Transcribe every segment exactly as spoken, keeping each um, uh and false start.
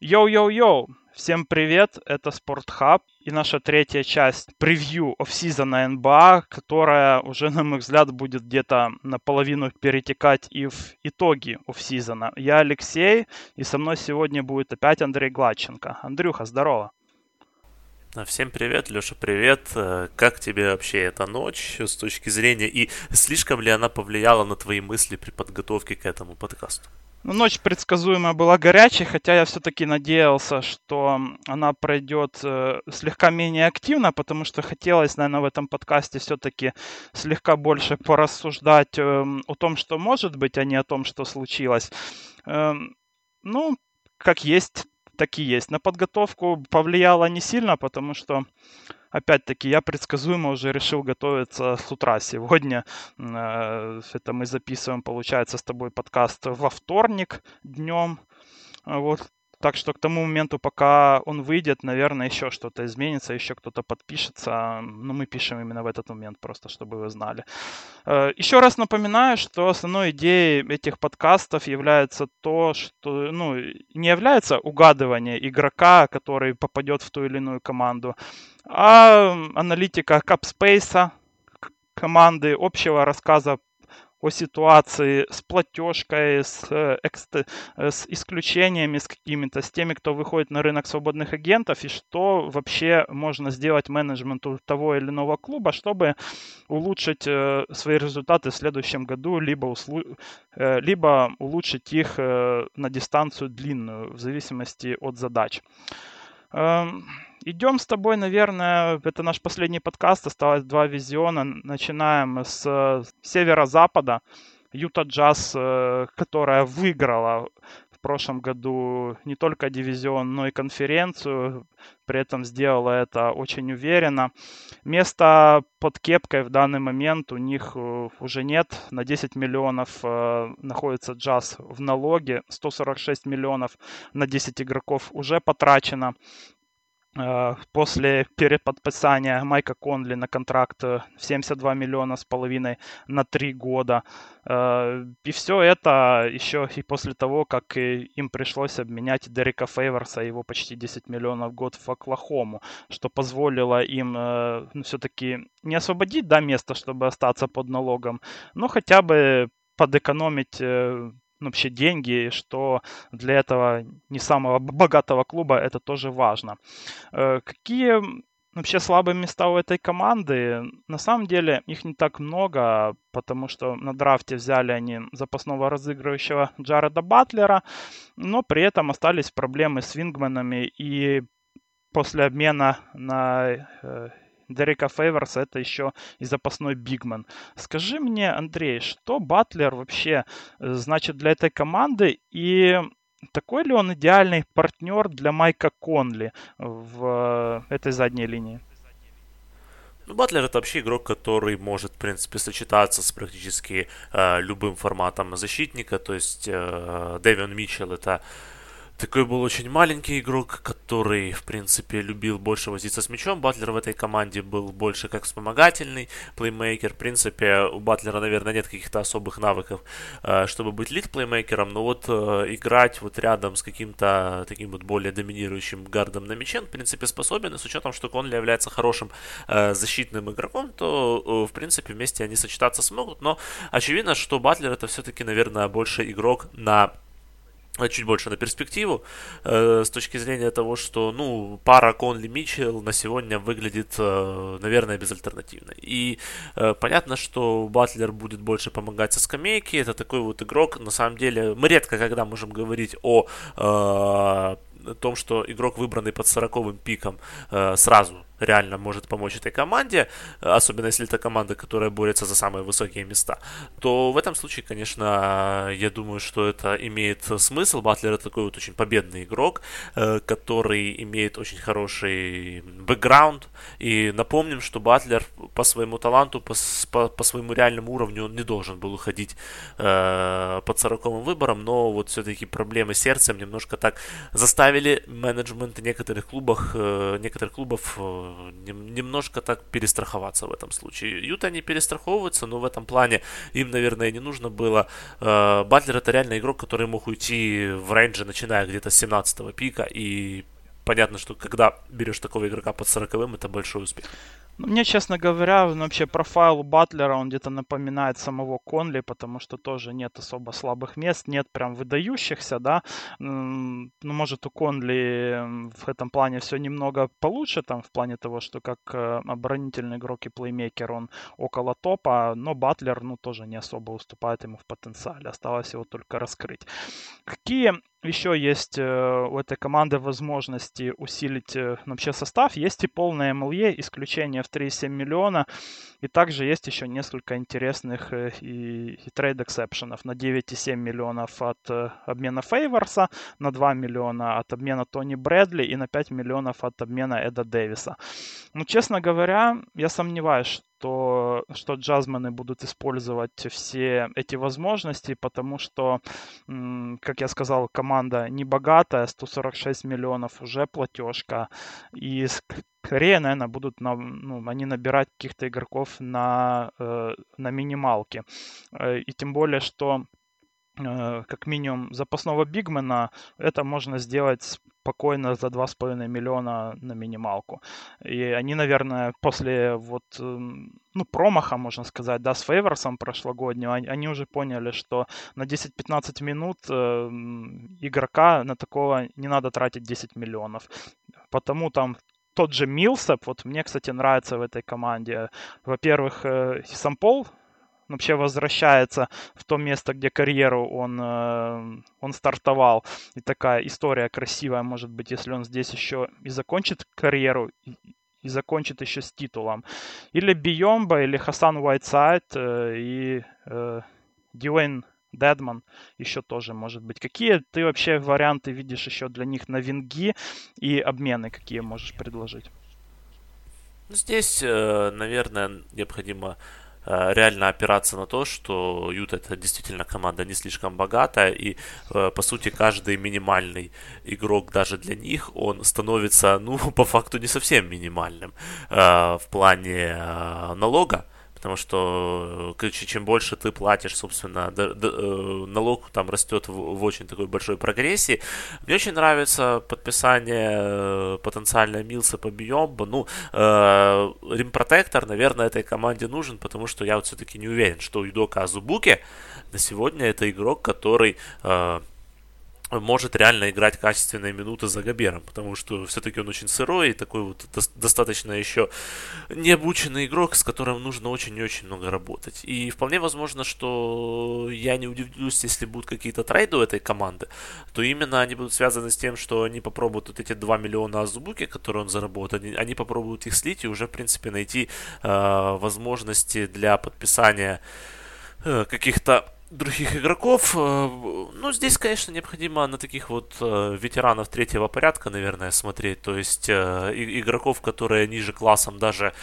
Йоу-йоу-йоу! Всем привет, это Спортхаб и наша третья часть превью офсизона эн бэ а, которая уже, на мой взгляд, будет где-то наполовину перетекать и в итоги офсизона. Я Алексей, и со мной сегодня будет опять Андрей Гладченко. Андрюха, здорово! Всем привет, Леша, привет. Как тебе вообще эта ночь с точки зрения и слишком ли она повлияла на твои мысли при подготовке к этому подкасту? Ну, ночь предсказуемо была горячей, хотя я все-таки надеялся, что она пройдет э, слегка менее активно, потому что хотелось, наверное, в этом подкасте все-таки слегка больше порассуждать э, о том, что может быть, а не о том, что случилось. Э, ну, как есть, так и есть. На подготовку повлияло не сильно, потому что опять-таки, я предсказуемо уже решил готовиться с утра сегодня. Это мы записываем, получается, с тобой подкаст во вторник днем. Вот. Так что к тому моменту, пока он выйдет, наверное, еще что-то изменится, еще кто-то подпишется. Но мы пишем именно в этот момент, просто чтобы вы знали. Еще раз напоминаю, что основной идеей этих подкастов является то, что ну, не является угадывание игрока, который попадет в ту или иную команду, а аналитика капспейса команды, общего рассказа о ситуации с платежкой, с, экст... с исключениями, с какими-то, с теми, кто выходит на рынок свободных агентов, и что вообще можно сделать менеджменту того или иного клуба, чтобы улучшить э, свои результаты в следующем году, либо, услу... э, либо улучшить их э, на дистанцию длинную, в зависимости от задач. Эм... Идем с тобой, наверное, это наш последний подкаст, осталось два визиона. Начинаем с северо-запада. Юта Джаз, которая выиграла в прошлом году не только дивизион, но и конференцию. При этом сделала это очень уверенно. Места под кепкой в данный момент у них уже нет. На десять миллионов находится Джаз в налоге. сто сорок шесть миллионов на десять игроков уже потрачено. После переподписания Майка Конли на контракт в семьдесят два миллиона с половиной на три года. И все это еще и после того, как им пришлось обменять Дерека Фейворса, его почти десять миллионов в год в Оклахому, что позволило им ну, все-таки не освободить да, место, чтобы остаться под налогом, но хотя бы подэкономить вообще деньги, что для этого не самого богатого клуба это тоже важно. Какие вообще слабые места у этой команды? На самом деле их не так много, потому что на драфте взяли они запасного разыгрывающего Джареда Батлера, но при этом остались проблемы с вингманами, и после обмена на Дерека Фейворса это еще и запасной бигмен. Скажи мне, Андрей, что Батлер вообще значит для этой команды, и такой ли он идеальный партнер для Майка Конли в этой задней линии? Ну, Батлер это вообще игрок, который может, в принципе, сочетаться с практически э, любым форматом защитника. То есть э, Дэвион Митчелл это такой был очень маленький игрок, который, в принципе, любил больше возиться с мячом. Батлер в этой команде был больше как вспомогательный плеймейкер. В принципе, у Батлера, наверное, нет каких-то особых навыков, чтобы быть лид-плеймейкером, но вот играть вот рядом с каким-то таким вот более доминирующим гардом на мяче, в принципе, способен. И с учетом, что Конли является хорошим защитным игроком, то, в принципе, вместе они сочетаться смогут. Но очевидно, что Батлер это все-таки, наверное, больше игрок на чуть больше на перспективу, э, с точки зрения того, что, ну, пара Конли-Митчелл на сегодня выглядит, э, наверное, безальтернативной. И э, понятно, что Батлер будет больше помогать со скамейки, это такой вот игрок, на самом деле, мы редко когда можем говорить о э, том, что игрок, выбранный под сороковым пиком, э, сразу реально может помочь этой команде, особенно если это команда, которая борется за самые высокие места, то в этом случае, конечно, я думаю, что это имеет смысл. Батлер это такой вот очень победный игрок, который имеет очень хороший бэкграунд, и напомним, что Батлер по своему таланту, по, по, по своему реальному уровню он не должен был уходить э, под сороковым выбором, но вот все-таки проблемы с сердцем немножко так заставили заставили менеджменты некоторых клубов, некоторых клубов немножко так перестраховаться в этом случае. Юта не перестраховывается, но в этом плане им, наверное, не нужно было. Батлер — это реально игрок, который мог уйти в рейнже, начиная где-то с семнадцатого пика, и понятно, что когда берешь такого игрока под сороковым, это большой успех. Ну, мне, честно говоря, ну, вообще профайл у Батлера, он где-то напоминает самого Конли, потому что тоже нет особо слабых мест, нет прям выдающихся, да. Ну, может, у Конли в этом плане все немного получше, там, в плане того, что как оборонительный игрок и плеймейкер он около топа, но Батлер, ну, тоже не особо уступает ему в потенциале. Осталось его только раскрыть. Какие еще есть э, у этой команды возможности усилить э, вообще состав? Есть и полное эм эл е, исключение в три и семь миллиона. И также есть еще несколько интересных э, и, и трейд-эксепшенов на девять и семь миллионов от э, обмена Фейворса, на два миллиона от обмена Тони Брэдли и на пять миллионов от обмена Эда Дэвиса. Ну, честно говоря, я сомневаюсь, что, что джазмены будут использовать все эти возможности, потому что, как я сказал, команда не богатая, сто сорок шесть миллионов уже платежка, и скорее, наверное, будут на, ну, они набирать каких-то игроков на, э, на минималке. И тем более, что как минимум запасного бигмена это можно сделать спокойно за два с половиной миллиона на минималку. И они, наверное, после вот, ну, промаха, можно сказать, да, с Фейворсом прошлогодним, они уже поняли, что на десять-пятнадцать минут игрока на такого не надо тратить десять миллионов. Потому там тот же Милсап, вот мне, кстати, нравится в этой команде. Во-первых, Сампол вообще возвращается в то место, где карьеру он, он стартовал. И такая история красивая, может быть, если он здесь еще и закончит карьеру, и, и закончит еще с титулом. Или Биомба, или Хасан Уайтсайд, и э, Дьюэйн Дедман еще тоже может быть. Какие ты вообще варианты видишь еще для них на винги и обмены, какие можешь предложить? Здесь, наверное, необходимо реально опираться на то, что Юта — это действительно команда не слишком богатая, и по сути каждый минимальный игрок даже для них, он становится, ну, по факту не совсем минимальным в плане налога. Потому что чем больше ты платишь, собственно, налог там растет в, в очень такой большой прогрессии. Мне очень нравится подписание потенциально Милса по Биомбо. Ну, э, римпротектор, наверное, этой команде нужен, потому что я вот все-таки не уверен, что у Юдока Азубуки на сегодня это игрок, который... Э, может реально играть качественные минуты за Гобером, потому что все-таки он очень сырой и такой вот до- достаточно еще необученный игрок, с которым нужно очень и очень много работать. И вполне возможно, что я не удивлюсь, если будут какие-то трейды у этой команды, то именно они будут связаны с тем, что они попробуют вот эти два миллиона Азубуки, которые он заработал, они, они попробуют их слить и уже, в принципе, найти э, возможности для подписания э, каких-то других игроков. Ну, здесь, конечно, необходимо на таких вот э, ветеранов третьего порядка, наверное, смотреть. То есть э, игроков, которые ниже классом даже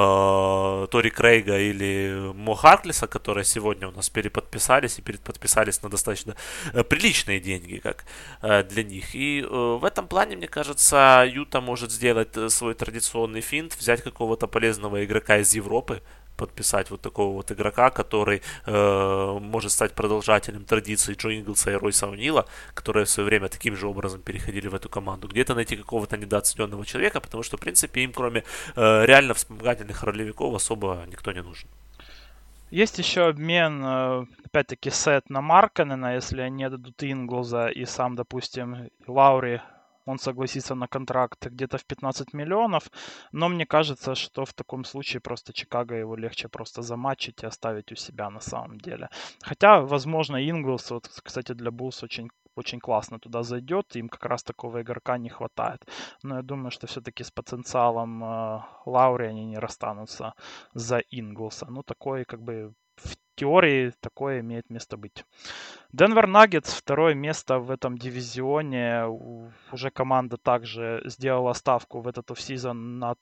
э, Тори Крейга или Мо Харклиса, которые сегодня у нас переподписались и переподписались на достаточно э, приличные деньги, как э, для них. И э, в этом плане, мне кажется, Юта может сделать свой традиционный финт, взять какого-то полезного игрока из Европы, подписать вот такого вот игрока, который э, может стать продолжателем традиций Джо Инглса и Ройса О'Нила, которые в свое время таким же образом переходили в эту команду. Где-то найти какого-то недооцененного человека, потому что, в принципе, им кроме э, реально вспомогательных ролевиков особо никто не нужен. Есть еще обмен, опять-таки, Сет на Маркканена, если они отдадут Инглза и сам, допустим, Лаури, он согласится на контракт где-то в пятнадцать миллионов, но мне кажется, что в таком случае просто Чикаго его легче просто заматчить и оставить у себя на самом деле. Хотя, возможно, Инглс, вот, кстати, для Буллс очень очень классно туда зайдет, им как раз такого игрока не хватает. Но я думаю, что все-таки с потенциалом э, Лаури они не расстанутся за Инглса. Ну, такой, как бы, в теории такое имеет место быть. Денвер Наггетс, второе место в этом дивизионе. Уже команда также сделала ставку в этот оффсизон на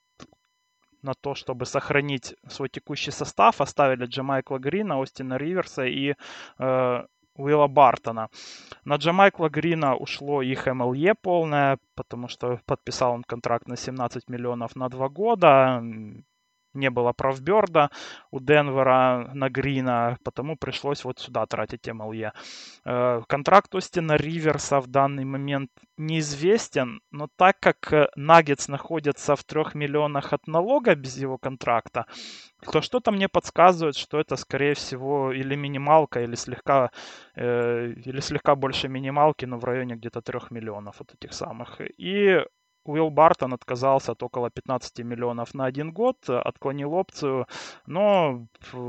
на то, чтобы сохранить свой текущий состав. Оставили Джамайкла Грина, Остина Риверса и э, Уилла Бартона. На Джамайкла Грина ушло их эм эл е полное, потому что подписал он контракт на семнадцать миллионов на два года. Не было правберда у Денвера на Грина, потому пришлось вот сюда тратить эм эл е. Контракт Остина Риверса в данный момент неизвестен, но так как Наггетс находится в трех миллионах от налога без его контракта, то что-то мне подсказывает, что это, скорее всего, или минималка, или слегка, э, или слегка больше минималки, но в районе где-то трех миллионов вот этих самых. И Уилл Бартон отказался от около пятнадцать миллионов на один год, отклонил опцию, но,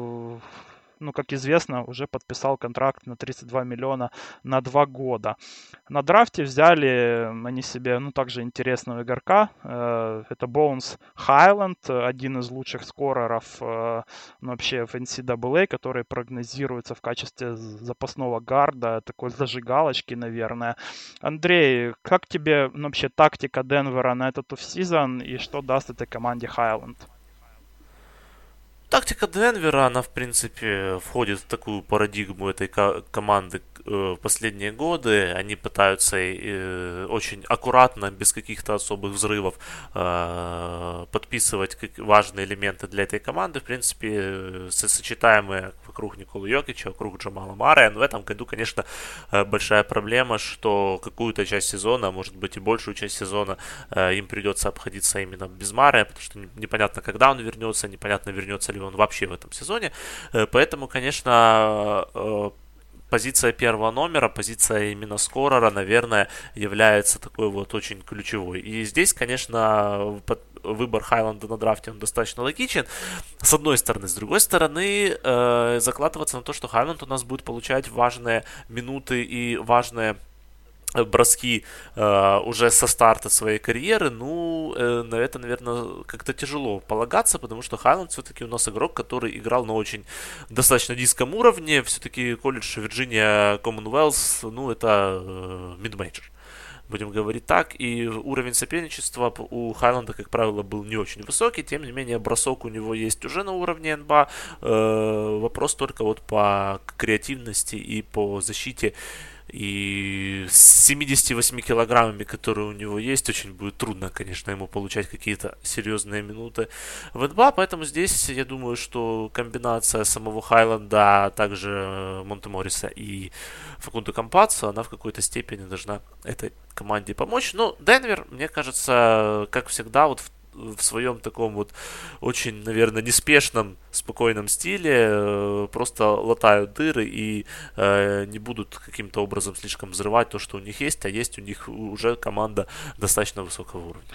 ну, как известно, уже подписал контракт на тридцать два миллиона на два года. На драфте взяли они себе, ну, также интересного игрока. Это Боунс Хайленд, один из лучших скореров, ну, вообще в эн си эй эй, который прогнозируется в качестве запасного гарда, такой зажигалочки, наверное. Андрей, как тебе, ну, вообще тактика Денвера на этот оффсизон и что даст этой команде Хайленд? Тактика Денвера, она, в принципе, входит в такую парадигму этой ко- команды э, в последние годы. Они пытаются э, очень аккуратно, без каких-то особых взрывов, э, подписывать как важные элементы для этой команды. В принципе, э, сочетаемые вокруг Николы Йокича, вокруг Джамала Мария. Но в этом году, конечно, э, большая проблема, что какую-то часть сезона, а может быть и большую часть сезона, э, им придется обходиться именно без Мария, потому что непонятно, когда он вернется, непонятно, вернется ли он вообще в этом сезоне. Поэтому, конечно, позиция первого номера, позиция именно скорера, наверное, является такой вот очень ключевой. И здесь, конечно, выбор Хайленда на драфте, он достаточно логичен, с одной стороны. С другой стороны, закладываться на то, что Хайленд у нас будет получать важные минуты и важные броски э, уже со старта своей карьеры, ну, э, на это, наверное, как-то тяжело полагаться, потому что Хайленд все-таки у нас игрок, который играл на очень достаточно низком уровне, все-таки колледж Вирджиния Коммонвелс, ну, это э, мид-мейджор. Будем говорить так, и уровень соперничества у Хайленда, как правило, был не очень высокий, тем не менее, бросок у него есть уже на уровне эн би эй, э, вопрос только вот по креативности и по защите. И с семьдесят восемь килограммами, которые у него есть, очень будет трудно, конечно, ему получать какие-то серьезные минуты в эн би эй. Поэтому здесь, я думаю, что комбинация самого Хайленда, а также Монте-Мориса и Факунду Кампаццо, она в какой-то степени должна этой команде помочь. Но Денвер, мне кажется, как всегда, вот в в своем таком вот очень, наверное, неспешном, спокойном стиле просто латают дыры и э, не будут каким-то образом слишком взрывать то, что у них есть, а есть у них уже команда достаточно высокого уровня.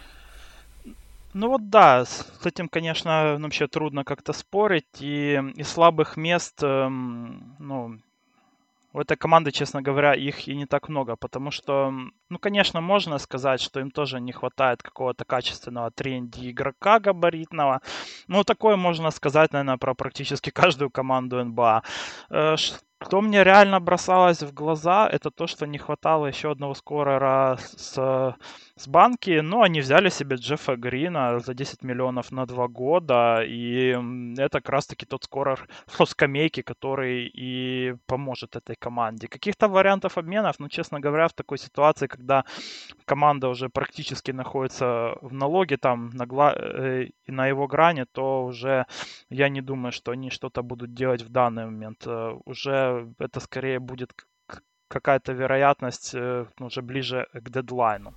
Ну вот да, с этим, конечно, вообще трудно как-то спорить, и из слабых мест, эм, ну, у этой команды, честно говоря, их и не так много, потому что, ну, конечно, можно сказать, что им тоже не хватает какого-то качественного три эн ди игрока габаритного. Ну, такое можно сказать, наверное, про практически каждую команду эн би эй. Что мне реально бросалось в глаза, это то, что не хватало еще одного скорера с, с банки, но они взяли себе Джеффа Грина за десять миллионов на два года, и это как раз-таки тот скорер со скамейки, который и поможет этой команде. Каких-то вариантов обменов, ну, честно говоря, в такой ситуации, когда команда уже практически находится в налоге, там, на, гла... э, на его грани, то уже я не думаю, что они что-то будут делать в данный момент. Уже это скорее будет какая-то вероятность уже ближе к дедлайну.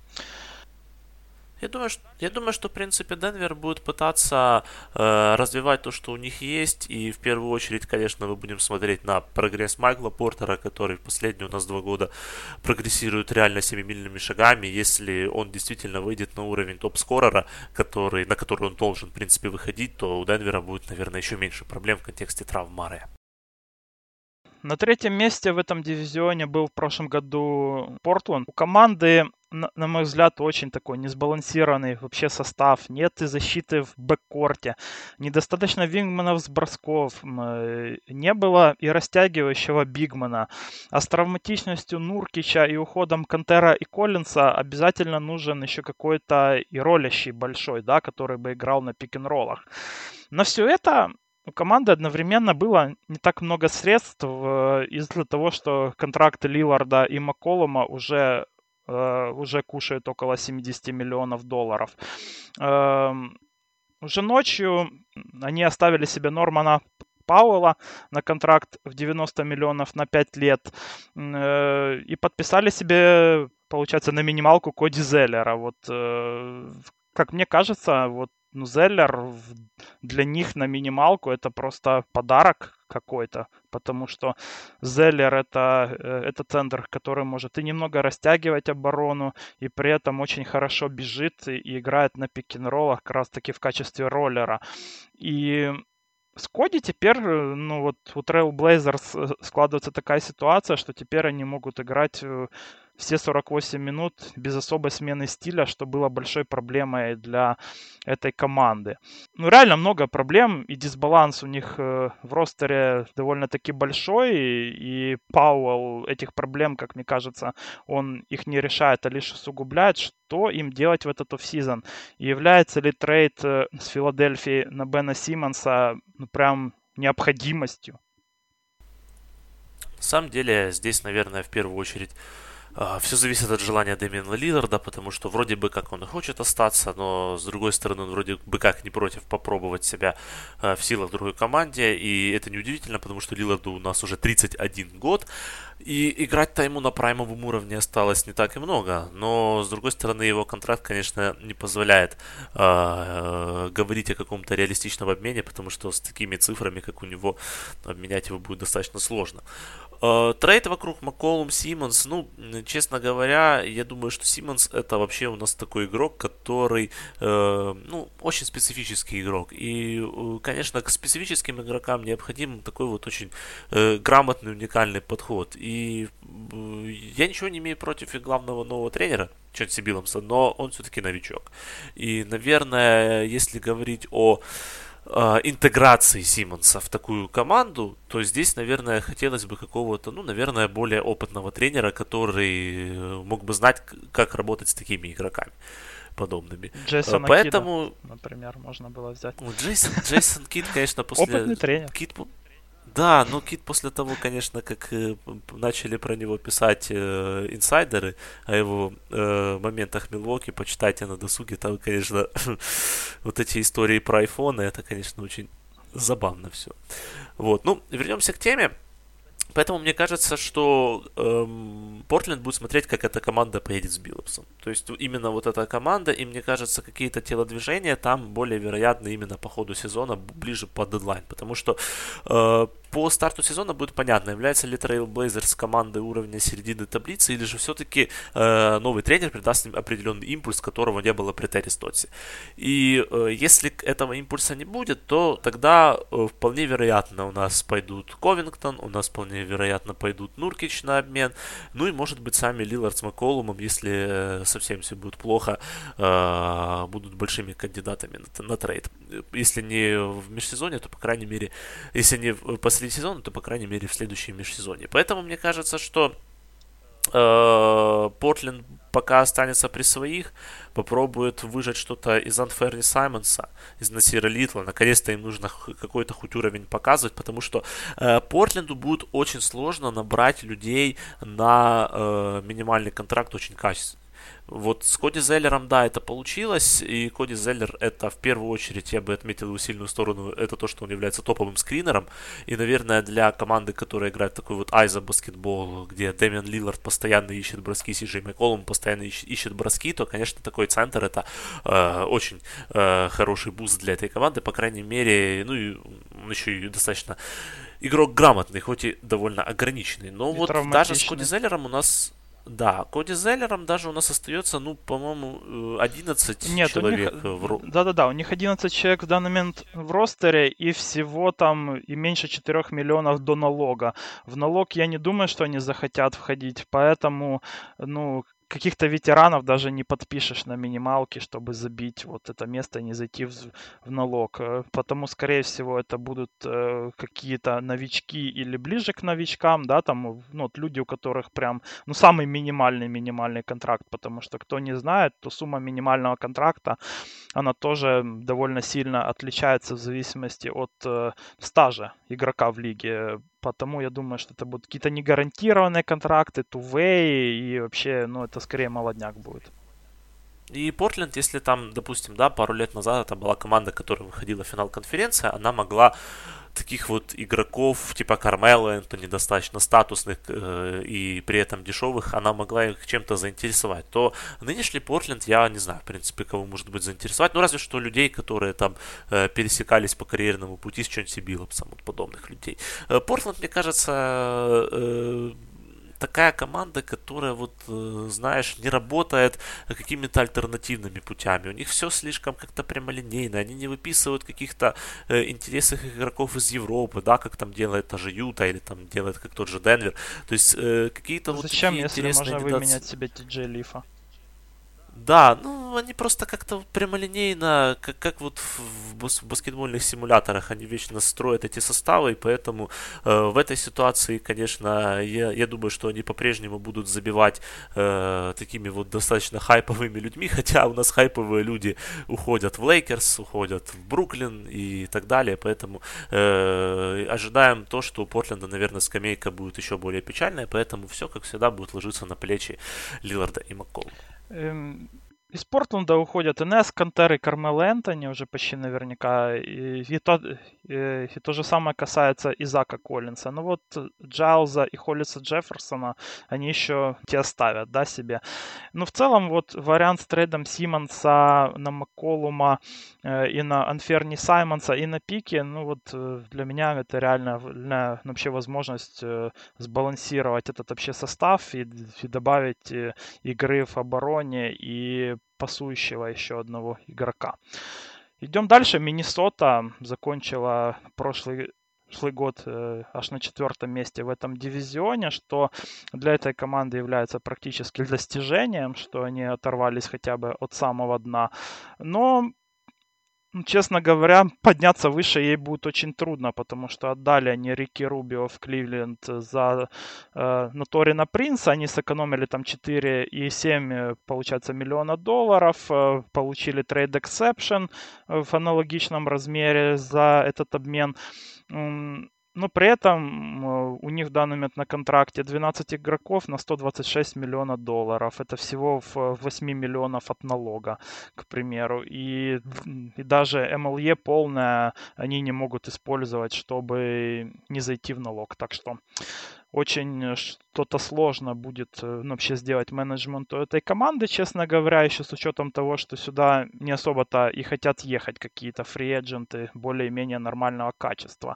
Я думаю, что, я думаю, что в принципе Денвер будет пытаться э, развивать то, что у них есть, и в первую очередь, конечно, мы будем смотреть на прогресс Майкла Портера, который в последние у нас два года прогрессирует реально семимильными шагами. Если он действительно выйдет на уровень топ-скорера, который, на который он должен, в принципе, выходить, то у Денвера будет, наверное, еще меньше проблем в контексте травм Мария. На третьем месте в этом дивизионе был в прошлом году Портленд. У команды, на, на мой взгляд, очень такой несбалансированный вообще состав. Нет и защиты в бэккорте. Недостаточно вингманов с бросков. Не было и растягивающего бигмана. А с травматичностью Нуркича и уходом Кантера и Коллинса обязательно нужен еще какой-то и ролящий большой, да, который бы играл на пик-н-роллах. На все это у команды одновременно было не так много средств э, из-за того, что контракты Лилларда и Макколума уже, э, уже кушают около семьдесят миллионов долларов. Эм, уже ночью они оставили себе Нормана Пауэлла на контракт в девяносто миллионов на пять лет э, и подписали себе, получается, на минималку Коди Зеллера. Вот, э, как мне кажется, вот ну, Зеллер для них на минималку это просто подарок какой-то, потому что Зеллер это, это центр, который может и немного растягивать оборону, и при этом очень хорошо бежит и, и играет на пик-н-роллах как раз таки в качестве роллера. И с Коди теперь, ну вот у Trail Blazers складывается такая ситуация, что теперь они могут играть все сорок восемь минут без особой смены стиля, что было большой проблемой для этой команды. Ну, реально много проблем, и дисбаланс у них э, в ростере довольно-таки большой, и, и Пауэлл этих проблем, как мне кажется, он их не решает, а лишь усугубляет. Что им делать в этот оффсизон? И является ли трейд э, с Филадельфии на Бена Симмонса ну, прям необходимостью? На самом деле, здесь, наверное, в первую очередь все зависит от желания Дэмиана Лилларда, потому что вроде бы как он и хочет остаться, но с другой стороны он вроде бы как не против попробовать себя в силах в другой команде. И это неудивительно, потому что Лилларду у нас уже тридцать один год, и играть-то ему на праймовом уровне осталось не так и много. Но с другой стороны его контракт, конечно, не позволяет э, говорить о каком-то реалистичном обмене, потому что с такими цифрами, как у него, обменять его будет достаточно сложно. Трейд вокруг Макколум, Симмонс, ну, честно говоря, я думаю, что Симмонс это вообще у нас такой игрок, который, э, ну, очень специфический игрок. И, конечно, к специфическим игрокам необходим такой вот очень э, грамотный, уникальный подход. И э, я ничего не имею против и главного нового тренера, Чонси Билломса, но он все-таки новичок. И, наверное, если говорить о интеграции Симмонса в такую команду, то здесь, наверное, хотелось бы какого-то, ну, наверное, более опытного тренера, который мог бы знать, как работать с такими игроками подобными. Джейсона Поэтому, Кида, например, можно было взять. Джейсон, Джейсон Кид, конечно, после... Опытный тренер. Кид... Да, но Кид после того, конечно, как э, начали про него писать э, инсайдеры о его э, моментах Милуоки, почитайте на досуге, там, конечно, вот эти истории про айфоны, это, конечно, очень забавно все. Вот, ну, вернемся к теме. Поэтому мне кажется, что эм, Портленд будет смотреть, как эта команда поедет с Биллопсом. То есть именно вот эта команда, и мне кажется, какие-то телодвижения там более вероятны именно по ходу сезона, ближе по дедлайн. Потому что э, по старту сезона будет понятно, является ли Trail Blazers командой уровня середины таблицы, или же все-таки э, новый тренер придаст им определенный импульс, которого не было при Терри Стотсе. И э, если этого импульса не будет, то тогда э, вполне вероятно у нас пойдут Ковингтон, у нас вполне вероятно пойдут Нуркич на обмен, ну и может быть сами Лиллард с Макколумом, если совсем все будет плохо, э, будут большими кандидатами на, на трейд. Если не в межсезонье, то по крайней мере, если не посреди сезона, то по крайней мере в следующем межсезонье. Поэтому мне кажется, что Портленд пока останется при своих, попробует выжать что-то из Анферни Саймонса, из Насира Литла. Наконец-то им нужно какой-то хоть уровень показывать, потому что э, Портленду будет очень сложно набрать людей на э, минимальный контракт очень качественный. Вот с Коди Зеллером, да, это получилось, и Коди Зеллер это в первую очередь, я бы отметил его сильную сторону, это то, что он является топовым скринером, и, наверное, для команды, которая играет такой вот айзо баскетбол, где Дэмиан Лиллард постоянно ищет броски, Си Джей Макколум постоянно ищет, ищет броски, то, конечно, такой центр это э, очень э, хороший буст для этой команды, по крайней мере, ну и он еще и достаточно игрок грамотный, хоть и довольно ограниченный, но и вот даже с Коди Зеллером у нас... Да, Коди Зеллером даже у нас остается, ну, по-моему, одиннадцать Нет, человек. Них... В... Да-да-да, у них одиннадцать человек в данный момент в ростере, и всего там и меньше четырёх миллионов до налога. В налог я не думаю, что они захотят входить, поэтому, ну, каких-то ветеранов даже не подпишешь на минималке, чтобы забить вот это место и не зайти в, в налог. Э, Потому, скорее всего, это будут э, какие-то новички или ближе к новичкам, да, там, ну, вот люди, у которых прям, ну, самый минимальный минимальный контракт, потому что, кто не знает, то сумма минимального контракта, она тоже довольно сильно отличается в зависимости от э, стажа игрока в лиге. Потому я думаю, что это будут какие-то негарантированные контракты, two-way, и вообще, ну, это скорее молодняк будет. И Портленд, если там, допустим, да, пару лет назад это была команда, которая выходила в финал конференции, она могла таких вот игроков типа Кармела Энтони, достаточно статусных э, и при этом дешевых, она могла их чем-то заинтересовать. То нынешний Портленд, я не знаю, в принципе, кого может быть заинтересовать, ну разве что людей, которые там э, пересекались по карьерному пути с Чонси Биллопсом, вот подобных людей. Э, Портленд, мне кажется, э, такая команда, которая, вот, знаешь, не работает какими-то альтернативными путями. У них все слишком как-то прямолинейно. Они не выписывают каких-то э, интересных игроков из Европы, да, как там делает та же Юта или там делает как тот же Денвер. То есть э, какие-то вот Зачем, такие если интересные можно недооц... выменять себе Ти Джей Лифа? Да, ну они просто как-то прямолинейно, как, как вот в, бас- в баскетбольных симуляторах, они вечно строят эти составы, и поэтому э, в этой ситуации, конечно, я, я думаю, что они по-прежнему будут забивать э, такими вот достаточно хайповыми людьми, хотя у нас хайповые люди уходят в Лейкерс, уходят в Бруклин и так далее, поэтому э, ожидаем то, что у Портленда, наверное, скамейка будет еще более печальная, поэтому все, как всегда, будет ложиться на плечи Лиларда и Макколума. Эм, Из Портленда уходят Энес, Кантер и Кармел Энтони уже почти наверняка. И, и, то, э, и то же самое касается Изака Коллинса. Ну вот Джайлза и Холлиса Джефферсона они еще те оставят, да, себе. Но в целом вот вариант с трейдом Симмонса на Макколума э, и на Анферни Саймонса и на пике, ну вот э, для меня это реально, реально вообще возможность э, сбалансировать этот вообще состав и, и добавить э, игры в обороне и пасующего еще одного игрока. Идем дальше. Миннесота закончила прошлый прошлый год э, аж на четвертом месте в этом дивизионе, что для этой команды является практически достижением, что они оторвались хотя бы от самого дна. Но, честно говоря, подняться выше ей будет очень трудно, потому что отдали они Рики Рубио в Кливленд за э, Наторина Принца. Они сэкономили там четыре и семь, получается, миллиона долларов. Э, получили трейд эксепшн в аналогичном размере за этот обмен. Но при этом у них в данный момент на контракте двенадцать игроков на сто двадцать шесть миллионов долларов. Это всего в восемь миллионов от налога, к примеру. И, и даже эм эл и полное они не могут использовать, чтобы не зайти в налог. Так что очень что-то сложно будет ну, вообще сделать менеджменту этой команды, честно говоря, еще с учетом того, что сюда не особо-то и хотят ехать какие-то фри-эдженты более-менее нормального качества.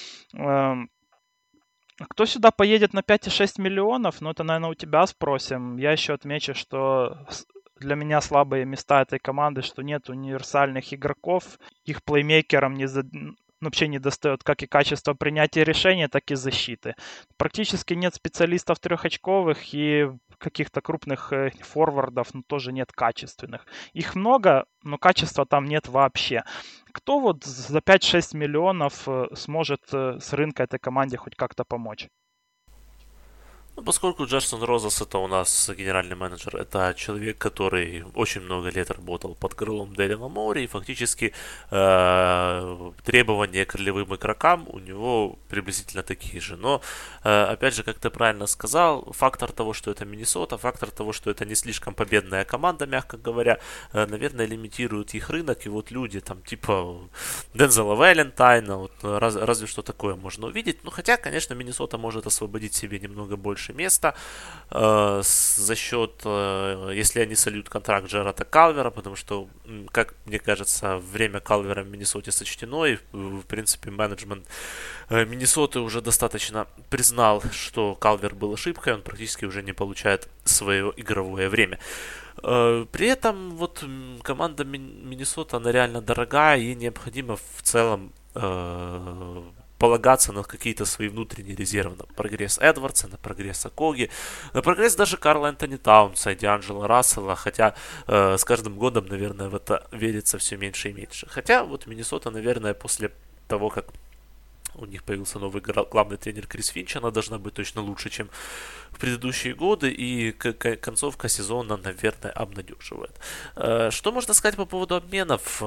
Кто сюда поедет на пять и шесть миллионов? Ну, это, наверное, у тебя спросим. Я еще отмечу, что для меня слабые места этой команды, что нет универсальных игроков. Их плеймейкерам не за... вообще не достает как и качество принятия решения, так и защиты. Практически нет специалистов трехочковых и каких-то крупных э, форвардов, но тоже нет качественных. Их много, но качества там нет вообще. Кто вот за пять-шесть миллионов э, сможет э, с рынка этой команде хоть как-то помочь? Ну, поскольку Джерсон Розас это у нас генеральный менеджер, это человек, который очень много лет работал под крылом Дэрила Моури, и фактически э, требования к ролевым игрокам у него приблизительно такие же. Но, э, опять же, как ты правильно сказал, фактор того, что это Миннесота, фактор того, что это не слишком победная команда, мягко говоря, э, наверное, лимитирует их рынок, и вот люди там типа Дензела Валентайна, вот, раз, разве что такое можно увидеть. Ну, хотя, конечно, Миннесота может освободить себе немного больше места э, за счет, э, если они сольют контракт Джерата Калвера, потому что, как мне кажется, время Калвера в Миннесоте сочтено, и, в принципе, менеджмент э, Миннесоты уже достаточно признал, что Калвер был ошибкой, он практически уже не получает свое игровое время. Э, при этом вот команда Миннесота, она реально дорогая, и необходимо в целом э, полагаться на какие-то свои внутренние резервы, на прогресс Эдвардса, на прогресс Окоги, на прогресс даже Карла Энтони Таунса и Дианджело Рассела, хотя э, с каждым годом, наверное, в это верится все меньше и меньше. Хотя вот Миннесота, наверное, после того, как у них появился новый главный тренер Крис Финч, она должна быть точно лучше, чем в предыдущие годы, и концовка сезона, наверное, обнадеживает. Что можно сказать по поводу обменов?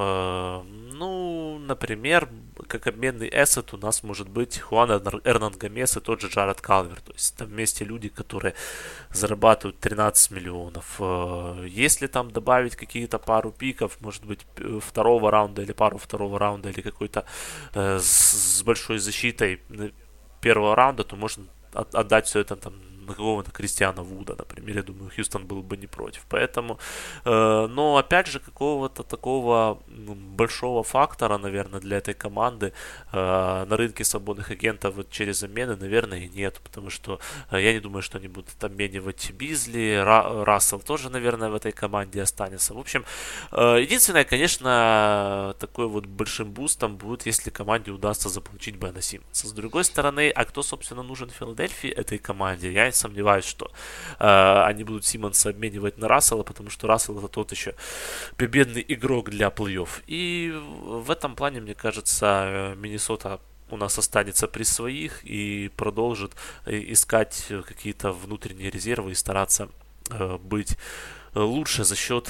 Ну, например, как обменный эссет у нас может быть Хуан Эрнан Гомес и тот же Джаред Калвер. То есть там вместе люди, которые зарабатывают тринадцать миллионов. Если там добавить какие-то пару пиков, может быть, второго раунда или пару второго раунда, или какой-то э, с, с большой защитой первого раунда, то можно от, отдать все это там на какого-то Кристиана Вуда, например. Я думаю, Хьюстон был бы не против. Поэтому, э, но опять же, какого-то такого ну, большого фактора, наверное, для этой команды э, на рынке свободных агентов вот через замены, наверное, и нет. Потому что э, я не думаю, что они будут обменивать Бизли. Ра- Рассел тоже, наверное, в этой команде останется. В общем, э, единственное, конечно, такой вот большим бустом будет, если команде удастся заполучить Бена Симмонса. С другой стороны, а кто, собственно, нужен Филадельфии этой команде? Я сомневаюсь, что э, они будут Симмонса обменивать на Рассела, потому что Рассел это тот еще победный игрок для плей-офф. И в этом плане, мне кажется, Миннесота у нас останется при своих и продолжит искать какие-то внутренние резервы и стараться э, быть лучше за счет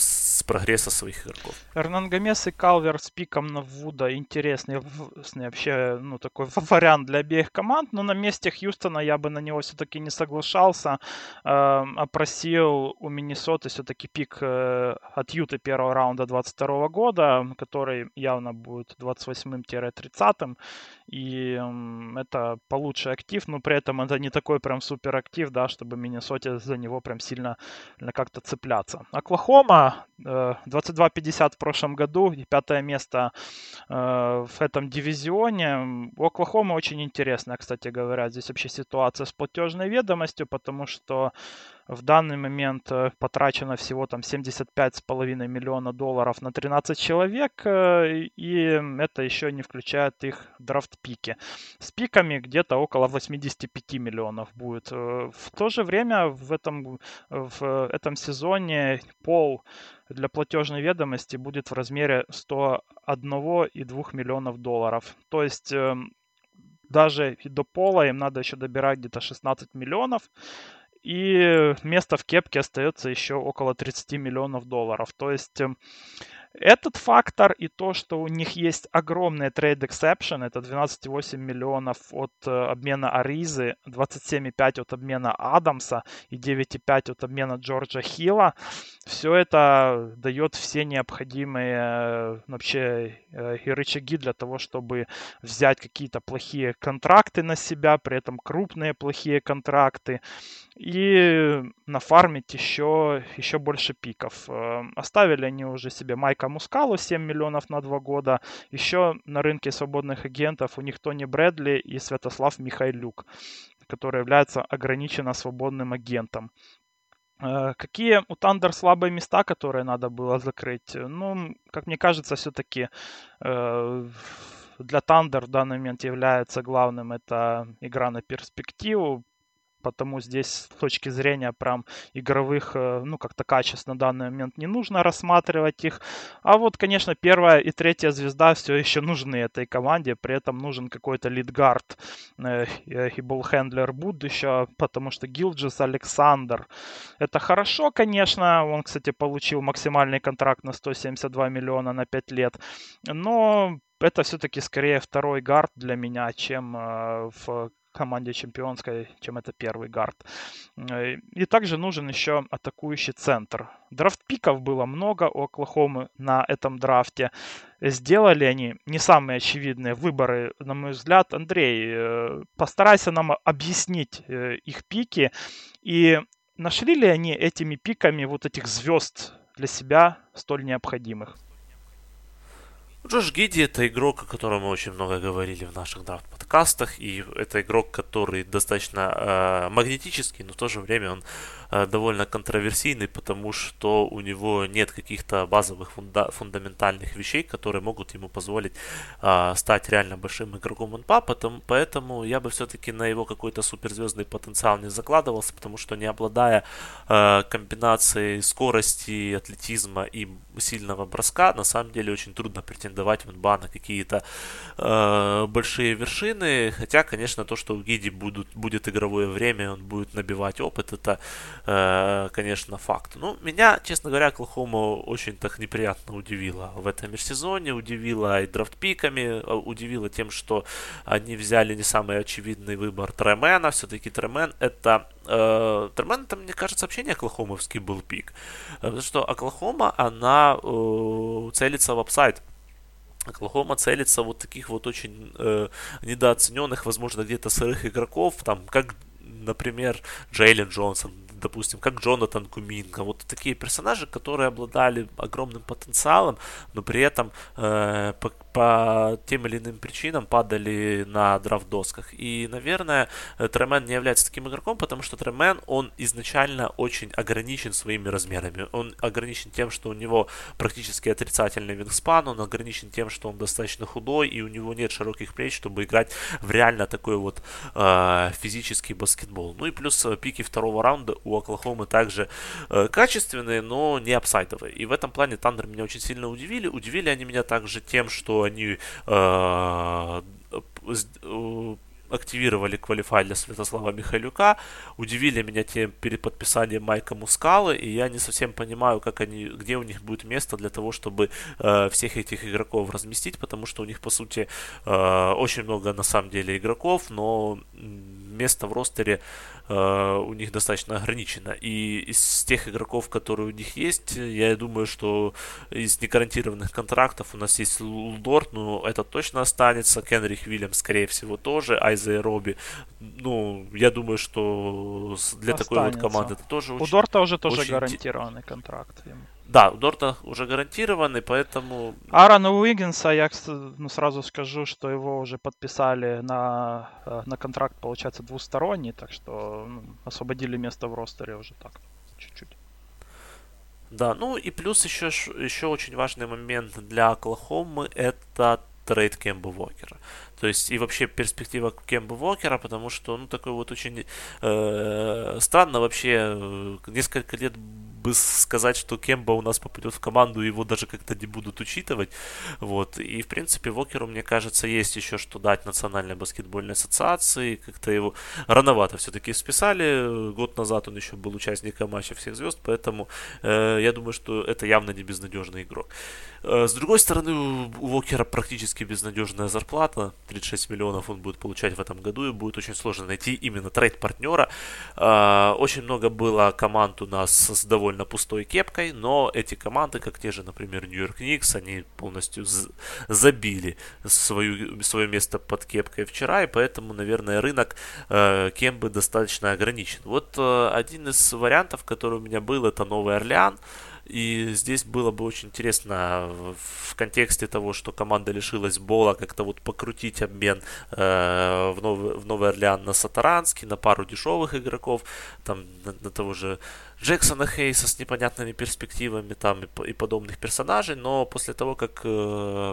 с прогресса своих игроков. Эрнан Гомес и Калвер с пиком на Вуда интересный, вообще, ну, такой вариант для обеих команд, но на месте Хьюстона я бы на него все-таки не соглашался, э, опросил у Миннесоты все-таки пик э, от Юты первого раунда двадцать второго года, который явно будет двадцать восьмым-тридцатым, и э, это получше актив, но при этом это не такой прям супер актив, да, чтобы Миннесоте за него прям сильно как-то цепляться. Оклахома двадцать два пятьдесят в прошлом году и пятое место э, в этом дивизионе. У Оклахомы очень интересная, кстати говоря, здесь вообще ситуация с платежной ведомостью, потому что в данный момент потрачено всего там семьдесят пять с половиной миллиона долларов на тринадцать человек, и это еще не включает их драфт-пики. С пиками где-то около восемьдесят пять миллионов будет. В то же время в этом, в этом сезоне пол для платежной ведомости будет в размере сто один и два миллионов долларов. То есть даже до пола им надо еще добирать где-то шестнадцать миллионов. И место в кепке остается еще около тридцать миллионов долларов. То есть этот фактор и то, что у них есть огромный трейд эксепшн, это двенадцать целых восемь десятых миллионов от э, обмена Аризы, двадцать семь целых пять десятых от обмена Адамса и девять целых пять десятых от обмена Джорджа Хилла, все это дает все необходимые э, вообще э, и рычаги для того, чтобы взять какие-то плохие контракты на себя, при этом крупные плохие контракты, и нафармить еще, еще больше пиков. Оставили они уже себе Майка Мускалу семь миллионов на два года. Еще на рынке свободных агентов у них Тони Брэдли и Святослав Михайлюк, который является ограниченно свободным агентом. Какие у Тандер слабые места, которые надо было закрыть? Ну, как мне кажется, все-таки для Тандер в данный момент является главным это игра на перспективу. Потому здесь с точки зрения прям игровых, ну, как-то качеств на данный момент не нужно рассматривать их. А вот, конечно, первая и третья звезда все еще нужны этой команде. При этом нужен какой-то лидгард э, и болхендлер будущего, потому что Гилджес Александр. Это хорошо, конечно. Он, кстати, получил максимальный контракт на сто семьдесят два миллиона на пять лет. Но это все-таки скорее второй гард для меня, чем э, в команде чемпионской, чем это первый гард. И также нужен еще атакующий центр. Драфт-пиков было много у Оклахомы на этом драфте. Сделали они не самые очевидные выборы, на мой взгляд. Андрей, постарайся нам объяснить их пики. И нашли ли они этими пиками вот этих звезд для себя столь необходимых? Джош Гидди — это игрок, о котором мы очень много говорили в наших драфт-подкастах, и это игрок, который достаточно э, магнетический, но в то же время он э, довольно контроверсийный, потому что у него нет каких-то базовых фунда- фундаментальных вещей, которые могут ему позволить э, стать реально большим игроком эн би эй, потом, поэтому я бы все-таки на его какой-то суперзвездный потенциал не закладывался, потому что не обладая э, комбинацией скорости, атлетизма и сильного броска, на самом деле очень трудно претендовать в эн би эй на какие-то э, большие вершины, хотя, конечно, то, что у Гиди будут, будет игровое время, он будет набивать опыт, это, э, конечно, факт. Ну, меня, честно говоря, Оклахома очень так неприятно удивила в этом межсезонье, удивила и драфтпиками, удивила тем, что они взяли не самый очевидный выбор Тремена, все-таки Тремен это э, Тремен, это, мне кажется, вообще не оклахомовский был пик, потому что Оклахома, она э, целится в апсайд. Оклахома целится вот таких вот очень э, недооцененных, возможно, где-то сырых игроков, там, как, например, Джейлен Джонсон, допустим, как Джонатан Куминга. Вот такие персонажи, которые обладали огромным потенциалом, но при этом э, по, по тем или иным причинам падали на драфт-досках. И, наверное, Тремен не является таким игроком, потому что Тремен, он изначально очень ограничен своими размерами. Он ограничен тем, что у него практически отрицательный вингспан, он ограничен тем, что он достаточно худой, и у него нет широких плеч, чтобы играть в реально такой вот э, физический баскетбол. Ну и плюс пики второго раунда у Оклахомы также э, качественные, но не апсайдовые. И в этом плане Тандер меня очень сильно удивили. Удивили они меня также тем, что они э, активировали квалифай для Святослава Михайлюка, удивили меня тем перед подписанием Майка Мускалы, и я не совсем понимаю, как они, где у них будет место для того, чтобы э, всех этих игроков разместить, потому что у них, по сути, э, очень много на самом деле игроков, но место в ростере Uh, у них достаточно ограничено. И из тех игроков, которые у них есть, я думаю, что из негарантированных контрактов у нас есть Лудорт, ну, это точно останется. Кенрих Уильямс, скорее всего, тоже. Айзея Робби. Ну, я думаю, что для останется. такой вот команды это тоже очень... У Дорта уже тоже очень... гарантированный контракт. Да, у Дорта уже гарантированный, поэтому... Аарона Уиггинса, я ну, сразу скажу, что его уже подписали на, на контракт, получается, двусторонний, так что ну, освободили место в ростере уже так, чуть-чуть. Да, ну и плюс еще, еще очень важный момент для Оклахомы — это трейд Кемба Уокера. То есть и вообще перспектива Кемба Уокера, потому что, ну, такой вот очень э, странно вообще несколько лет бы сказать, что Кемба у нас попадет в команду, его даже как-то не будут учитывать. Вот. И, в принципе, Уокеру, мне кажется, есть еще что дать Национальной баскетбольной ассоциации. Как-то его рановато все-таки списали. Год назад он еще был участником матча всех звезд, поэтому э, я думаю, что это явно не безнадежный игрок. Э, с другой стороны, у Уокера практически безнадежная зарплата. тридцать шесть миллионов он будет получать в этом году, и будет очень сложно найти именно трейд-партнера. Э, очень много было команд у нас с довольно пустой кепкой, но эти команды, как те же, например, Нью-Йорк Никс, они полностью забили свою, свое место под кепкой вчера, и поэтому, наверное, рынок э, Кембы достаточно ограничен. Вот э, один из вариантов, который у меня был, это Новый Орлеан. И здесь было бы очень интересно в контексте того, что команда лишилась Бола, как-то вот покрутить обмен э, в, Новый, в Новый Орлеан на Сатаранский, на пару дешевых игроков, там на, на того же Джексона Хейса с непонятными перспективами там и, и подобных персонажей. Но после того, как э,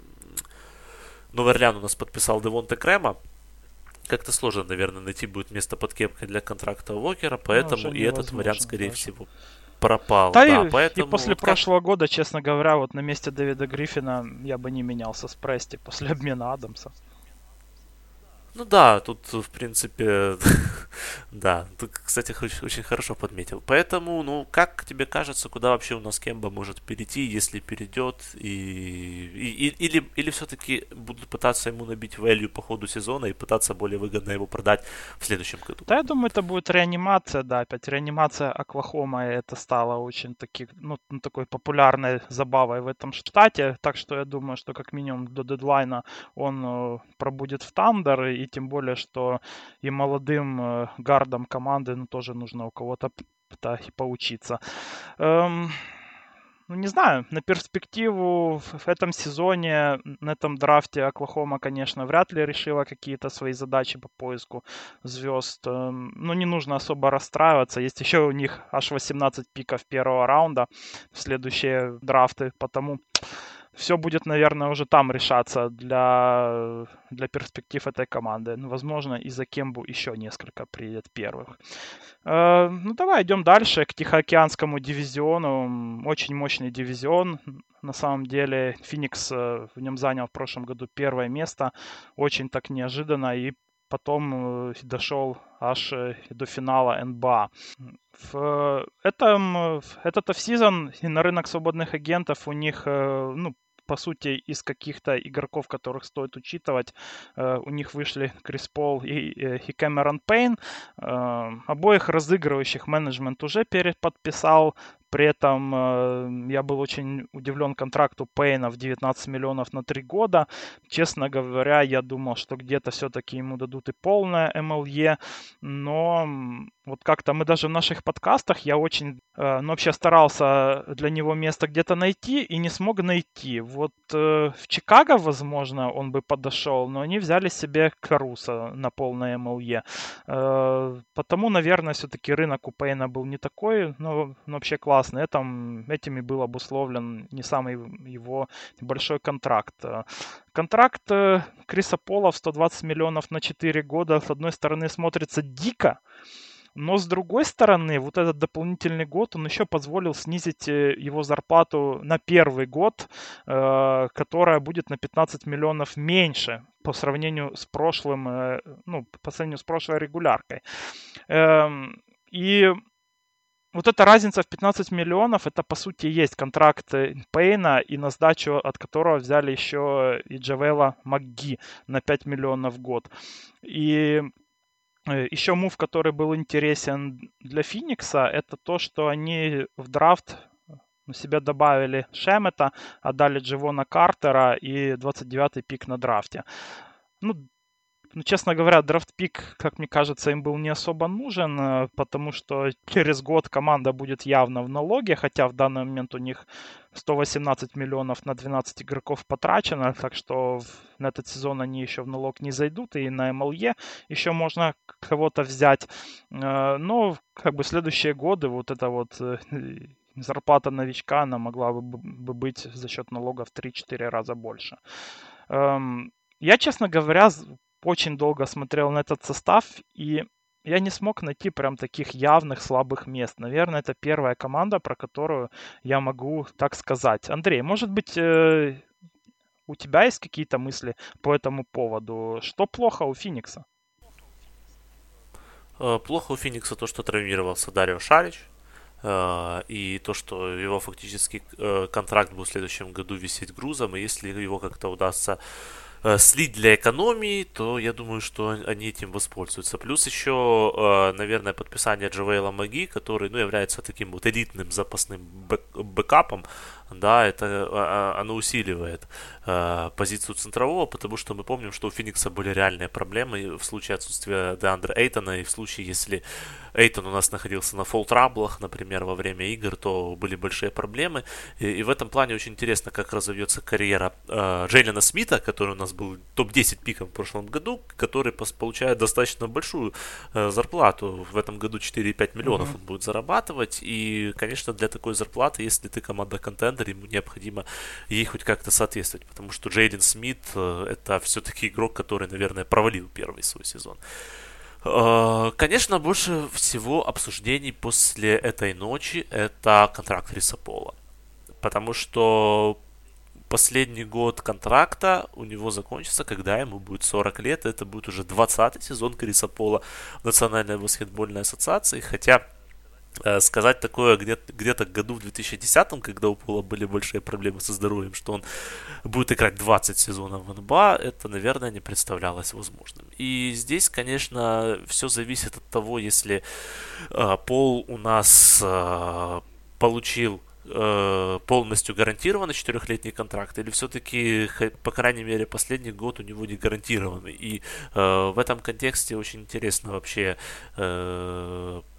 Новый Орлеан у нас подписал Девонте Крема, как-то сложно, наверное, найти будет место под кепкой для контракта Уокера, поэтому и этот вариант, скорее даже. всего, пропал. Да, да и, поэтому и после вот прошлого как... года, честно говоря, вот на месте Дэвида Гриффина я бы не менялся с Прести после обмена Адамса. Ну да, тут, в принципе, да, ты, кстати, очень, очень хорошо подметил. Поэтому, ну, как тебе кажется, куда вообще у нас Кемба может перейти, если перейдет, и, и, и, или, или все-таки будут пытаться ему набить value по ходу сезона и пытаться более выгодно его продать в следующем году? Да, я думаю, это будет реанимация, да, опять реанимация Оклахомы, это стало очень таки, ну, такой популярной забавой в этом штате, так что я думаю, что как минимум до дедлайна он э, пробудет в Тандер, и тем более, что и молодым э, гардам команды ну, тоже нужно у кого-то да, поучиться. Эм... ну, не знаю, на перспективу в этом сезоне, на этом драфте Оклахома, конечно, вряд ли решила какие-то свои задачи по поиску звезд. Эм, Но не нужно особо расстраиваться. Есть еще у них аж восемнадцать пиков первого раунда в следующие драфты, потому все будет, наверное, уже там решаться для, для перспектив этой команды. Ну, возможно, и за Кембу еще несколько приедет первых. Э, Ну, давай идем дальше к Тихоокеанскому дивизиону. Очень мощный дивизион. На самом деле, Феникс э, в нем занял в прошлом году первое место. Очень так неожиданно. И потом э, дошел аж э, до финала эн бэ а. В этом, э, в этот офсезон и на рынок свободных агентов у них, э, ну, по сути, из каких-то игроков, которых стоит учитывать, э, у них вышли Крис Пол и, э, и Кэмерон Пейн. Э, Обоих разыгрывающих менеджмент уже переподписал. При этом э, я был очень удивлен контракту Пейна в девятнадцать миллионов на три года. Честно говоря, я думал, что где-то все-таки ему дадут и полное эм эл е. Но м, вот как-то мы даже в наших подкастах, я очень, э, ну, вообще старался для него место где-то найти и не смог найти. Вот э, в Чикаго, возможно, он бы подошел, но они взяли себе Каруса на полное эм эл е. Э, потому, наверное, все-таки рынок у Пейна был не такой, но, но вообще классный. Этим, этим и был обусловлен не самый его большой контракт. Э, Контракт э, Криса Пола в сто двадцать миллионов на четыре года, с одной стороны, смотрится дико, но с другой стороны, вот этот дополнительный год, он еще позволил снизить э, его зарплату на первый год, э, которая будет на пятнадцать миллионов меньше по сравнению с прошлым, э, ну, по сравнению с прошлой регуляркой. Эм, И вот эта разница в пятнадцать миллионов, это по сути есть контракт э, Пейна, и на сдачу от которого взяли еще и Джавела МcGee на пять миллионов в год. И э, еще мув, который был интересен для Феникса, это то, что они в драфт на себя добавили Шемета, отдали Дживона Картера и двадцать девятый пик на драфте. Ну, ну, честно говоря, драфт-пик, как мне кажется, им был не особо нужен, э, потому что через год команда будет явно в налоге, хотя в данный момент у них сто восемнадцать миллионов на двенадцать игроков потрачено, так что в- на этот сезон они еще в налог не зайдут, и на эм эл е еще можно к- кого-то взять. Э, Но как бы следующие годы вот эта вот э, зарплата новичка, она могла бы б- бы быть за счет налога в три-четыре раза больше. Эм, Я, честно говоря, з- очень долго смотрел на этот состав, и я не смог найти прям таких явных слабых мест. Наверное, это первая команда, про которую я могу так сказать. Андрей, может быть, э, у тебя есть какие-то мысли по этому поводу? Что плохо у Феникса? Э, Плохо у Феникса то, что травмировался Дарио Шарич, э, и то, что его фактически э, контракт будет в следующем году висеть грузом, и если его как-то удастся э, слить для экономии, то я думаю, что они этим воспользуются. Плюс еще, э, наверное, подписание Джавейла Маги, который, ну, является таким вот элитным запасным бэк- бэкапом, да, это а, а, оно усиливает э, позицию центрового, потому что мы помним, что у Феникса были реальные проблемы в случае отсутствия Деандра Эйтона, и в случае, если Эйтон у нас находился на фолл-траблах, например, во время игр, то были большие проблемы. И, и в этом плане очень интересно, как разовьется карьера э, Джейлена Смита, который у нас был топ десять пиком в прошлом году, который пос- получает достаточно большую э, зарплату. В этом году четыре и пять миллионов Мгм. он будет зарабатывать. И, конечно, для такой зарплаты, если ты команда контендер, ему необходимо ей хоть как-то соответствовать. Потому что Джейлен Смит э, это все-таки игрок, который, наверное, провалил первый свой сезон. Э, Конечно, больше всего обсуждений после этой ночи это контракт Криса Пола. Потому что последний год контракта у него закончится, когда ему будет сорок лет. Это будет уже двадцатый сезон Криса Пола в Национальной баскетбольной ассоциации. Хотя э, сказать такое где-то, где-то году в две тысячи десятом, когда у Пола были большие проблемы со здоровьем, что он будет играть двадцать сезонов в эн бэ а, это, наверное, не представлялось возможным. И здесь, конечно, все зависит от того, если э, Пол у нас э, получил э, полностью гарантированный четырехлетний контракт, или все-таки, по крайней мере, последний год у него не гарантированный. И э, в этом контексте очень интересно вообще э,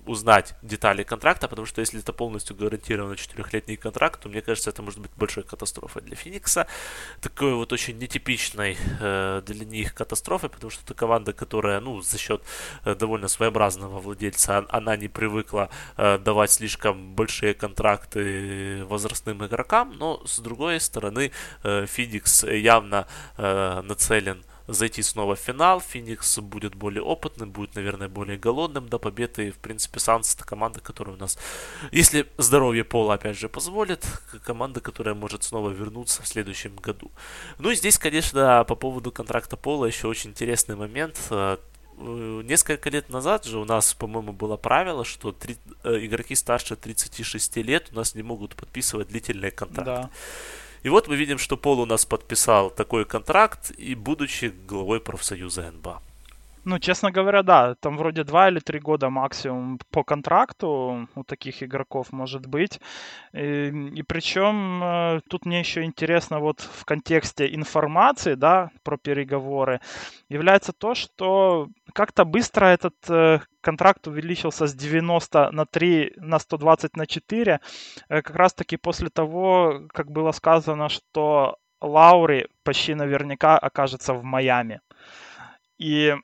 узнать детали контракта, потому что если это полностью гарантированно четырехлетний контракт, то мне кажется, это может быть большой катастрофой для Феникса. Такой вот очень нетипичной э, для них катастрофой, потому что это команда, которая, ну, за счет э, довольно своеобразного владельца, она не привыкла э, давать слишком большие контракты возрастным игрокам, но с другой стороны, э, Феникс явно э, нацелен зайти снова в финал. Феникс будет более опытным, будет, наверное, более голодным до победы. И, в принципе, Санс — это команда, которая у нас, если здоровье Пола, опять же, позволит, команда, которая может снова вернуться в следующем году. Ну и здесь, конечно, по поводу контракта Пола еще очень интересный момент. Несколько лет назад же у нас, по-моему, было правило, что три, э, игроки старше тридцати шести лет у нас не могут подписывать длительные контракты. Да. И вот мы видим, что Пол у нас подписал такой контракт, и будучи главой профсоюза эн бэ а. Ну, честно говоря, да, там вроде два или три года максимум по контракту у таких игроков может быть. И, и причем э, тут мне еще интересно вот в контексте информации, да, про переговоры, является то, что как-то быстро этот э, контракт увеличился с девяноста на три на сто двадцать на четыре, э, как раз-таки после того, как было сказано, что Лаури почти наверняка окажется в Майами. И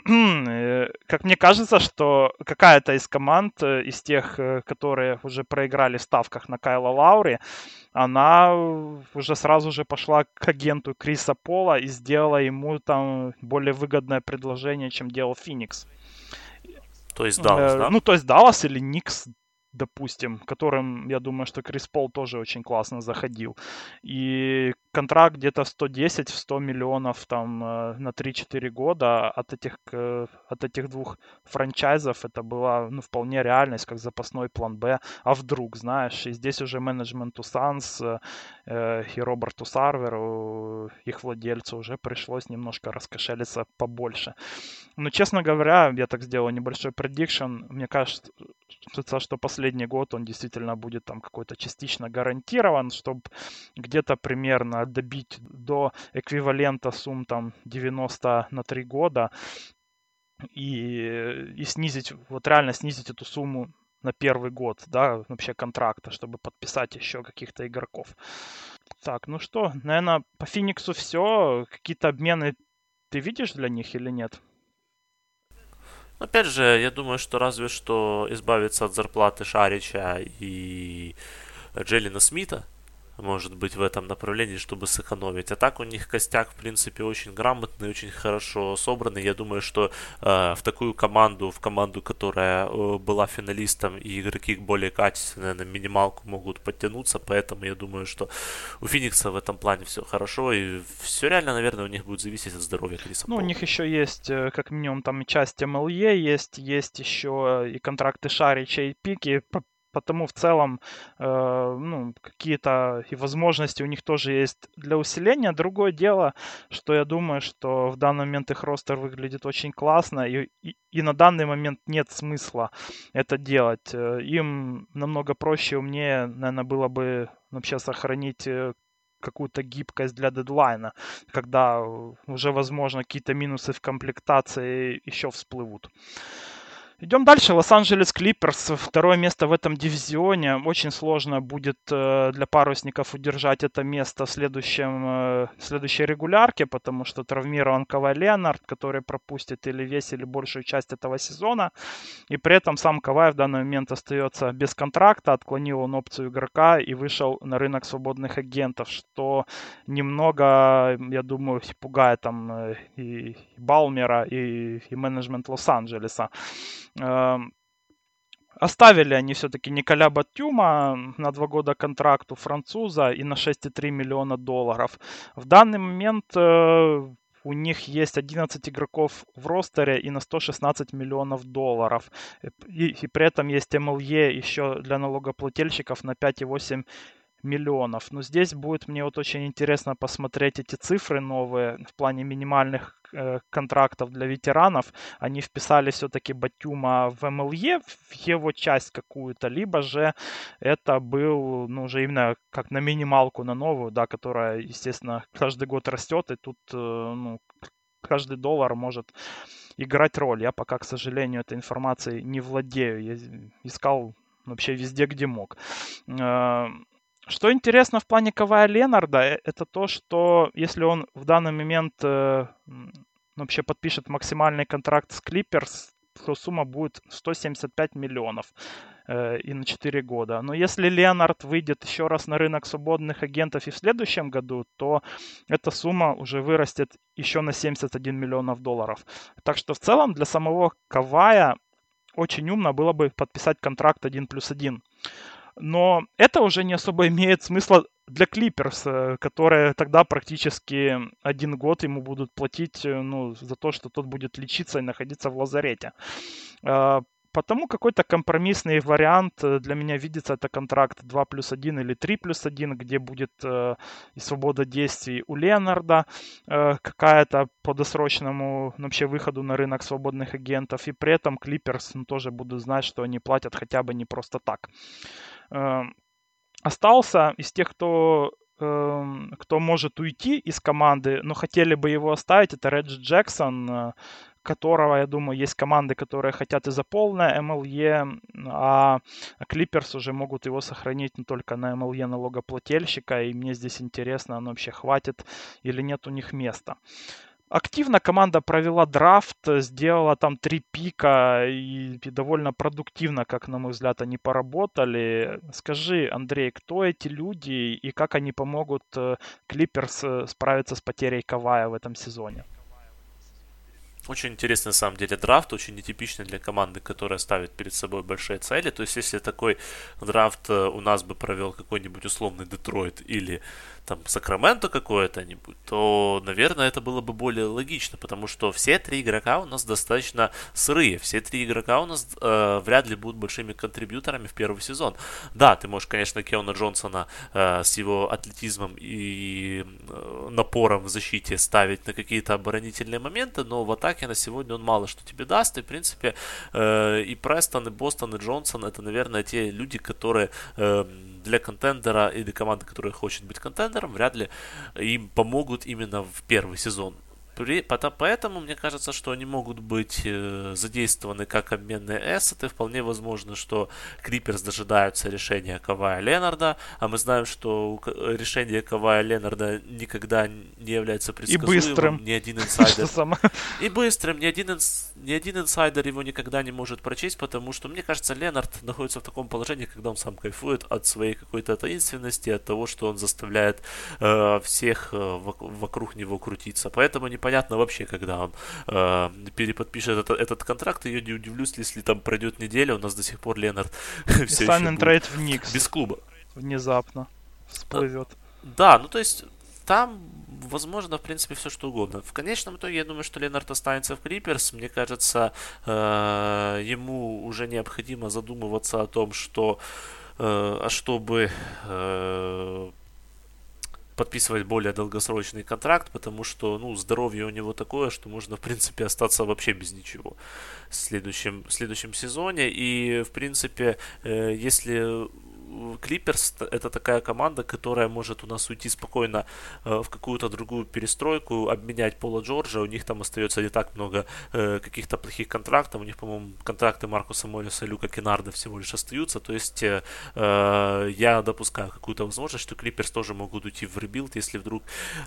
как мне кажется, что какая-то из команд, из тех, которые уже проиграли в ставках на Кайла Лаури, она уже сразу же пошла к агенту Криса Пола и сделала ему там более выгодное предложение, чем делал Феникс. То есть Даллас, да? Ну, то есть Даллас или Никс, допустим, которым, я думаю, что Крис Пол тоже очень классно заходил. И контракт где-то сто десять сто миллионов там на три-четыре года от этих, от этих двух франчайзов это была, ну, вполне реальность, как запасной план Б. А вдруг, знаешь, и здесь уже менеджменту Санс э, и Роберту Сарверу, их владельцу, уже пришлось немножко раскошелиться побольше. Но, честно говоря, я так сделал небольшой предикшн. Мне кажется, что последний год он действительно будет там какой-то частично гарантирован, чтобы где-то примерно добить до эквивалента сумм там девяносто на три года и, и снизить, вот реально снизить эту сумму на первый год, да, вообще контракта, чтобы подписать еще каких-то игроков. Так, ну что, наверное, по Фениксу все. Какие-то обмены ты видишь для них или нет? Опять же, я думаю, что разве что избавиться от зарплаты Шарича и Джеллина Смита, может быть, в этом направлении, чтобы сэкономить. А так у них костяк, в принципе, очень грамотный, очень хорошо собранный. Я думаю, что э, в такую команду, в команду, которая э, была финалистом, и игроки более качественные, на минималку могут подтянуться. Поэтому я думаю, что у Феникса в этом плане все хорошо. И все реально, наверное, у них будет зависеть от здоровья Криса Ну, Пола. у них еще есть, как минимум, там и часть эм эл е есть, есть еще и контракты Шарича и Пики. Потому в целом, э, ну, какие-то и возможности у них тоже есть для усиления. Другое дело, что я думаю, что в данный момент их ростер выглядит очень классно, и, и, и на данный момент нет смысла это делать. Им намного проще и умнее, наверное, было бы вообще сохранить какую-то гибкость для дедлайна, когда уже, возможно, какие-то минусы в комплектации еще всплывут. Идем дальше. Лос-Анджелес Клиперс. Второе место в этом дивизионе. Очень сложно будет э, для парусников удержать это место в, следующем, э, в следующей регулярке, потому что травмирован Кавай Леонард, который пропустит или весь, или большую часть этого сезона. И при этом сам Кавай в данный момент остается без контракта. Отклонил он опцию игрока и вышел на рынок свободных агентов, что немного, я думаю, пугает там э, и Балмера, и, и менеджмент Лос-Анджелеса. Оставили они все-таки Николя Батюма на два года контракт у француза и на шесть целых три миллиона долларов. В данный момент э, у них есть одиннадцать игроков в ростере и на сто шестнадцать миллионов долларов. И, и при этом есть эм эл е еще для налогоплательщиков на пять целых восемь миллионов. Но здесь будет мне вот очень интересно посмотреть эти цифры новые в плане минимальных э, контрактов для ветеранов. Они вписали все-таки Батюма в эм эл е, в его часть какую-то, либо же это был, ну, уже именно как на минималку, на новую, да, которая, естественно, каждый год растет, и тут, э, ну, каждый доллар может играть роль. Я пока, к сожалению, этой информацией не владею. Я искал вообще везде, где мог. Что интересно в плане Кавая Ленарда, это то, что если он в данный момент э, вообще подпишет максимальный контракт с Клиперс, то сумма будет сто семьдесят пять миллионов э, и на четыре года. Но если Ленард выйдет еще раз на рынок свободных агентов и в следующем году, то эта сумма уже вырастет еще на семьдесят один миллионов долларов. Так что в целом для самого Кавая очень умно было бы подписать контракт один плюс один. Но это уже не особо имеет смысла для Клиперс, которые тогда практически один год ему будут платить, ну, за то, что тот будет лечиться и находиться в лазарете. Потому какой-то компромиссный вариант для меня видится, это контракт два плюс один или три плюс один, где будет э, и свобода действий у Ленарда, э, какая-то по досрочному ну, вообще выходу на рынок свободных агентов, и при этом Клиперс ну, тоже будут знать, что они платят хотя бы не просто так. Э, остался из тех, кто кто может уйти из команды, но хотели бы его оставить, это Реджи Джексон, которого, я думаю, есть команды, которые хотят и за полное эм эл е, а Клиперс уже могут его сохранить не только на эм эл е налогоплательщика, и мне здесь интересно, оно вообще хватит или нет у них места. Активно команда провела драфт, сделала там три пика и, и довольно продуктивно, как на мой взгляд, они поработали. Скажи, Андрей, кто эти люди и как они помогут Клиперс справиться с потерей Кавая в этом сезоне? Очень интересный, на самом деле, драфт, очень нетипичный для команды, которая ставит перед собой большие цели. То есть, если такой драфт у нас бы провел какой-нибудь условный Детройт или там Сакраменто какое-то-нибудь, то, наверное, это было бы более логично, потому что все три игрока у нас достаточно сырые, все три игрока у нас э, вряд ли будут большими контрибьюторами в первый сезон. Да, ты можешь, конечно, Кеона Джонсона э, с его атлетизмом и э, напором в защите ставить на какие-то оборонительные моменты, но в атаке на сегодня он мало что тебе даст, и, в принципе, э, и Престон, и Бостон, и Джонсон, это, наверное, те люди, которые э, для контендера или команды, которая хочет быть контендером, вряд ли им помогут именно в первый сезон. Поэтому мне кажется, что они могут быть э, задействованы как обменные эссеты. Вполне возможно, что Клиперс дожидаются решения Кавая Ленарда, а мы знаем, что решение Кавая Ленарда никогда не является предсказуемым. И быстрым. Ни один инсайдер. И быстрым. Ни один, инс... ни один инсайдер его никогда не может прочесть, потому что, мне кажется, Ленард находится в таком положении, когда он сам кайфует от своей какой-то таинственности, от того, что он заставляет э, всех э, вокруг него крутиться. Поэтому не понятно вообще, когда он э, переподпишет этот, этот контракт, и я не удивлюсь, если там пройдет неделя, у нас до сих пор Ленард все еще будет в Никс. Без клуба. Внезапно всплывет. Да, ну то есть там возможно, в принципе, все что угодно. В конечном итоге, я думаю, что Ленард останется в Клиперс. Мне кажется, э, ему уже необходимо задумываться о том, что э, чтобы э, подписывать более долгосрочный контракт, потому что, ну, здоровье у него такое, что можно, в принципе, остаться вообще без ничего в следующем, в следующем сезоне. И, в принципе, э, если Клиперс это такая команда, которая может у нас уйти спокойно э, в какую-то другую перестройку, обменять Пола Джорджа. У них там остается не так много э, каких-то плохих контрактов. У них, по-моему, контракты Маркуса Морриса и Люка Кеннарда всего лишь остаются. То есть э, я допускаю какую-то возможность, что Клиперс тоже могут уйти в ребилд, если вдруг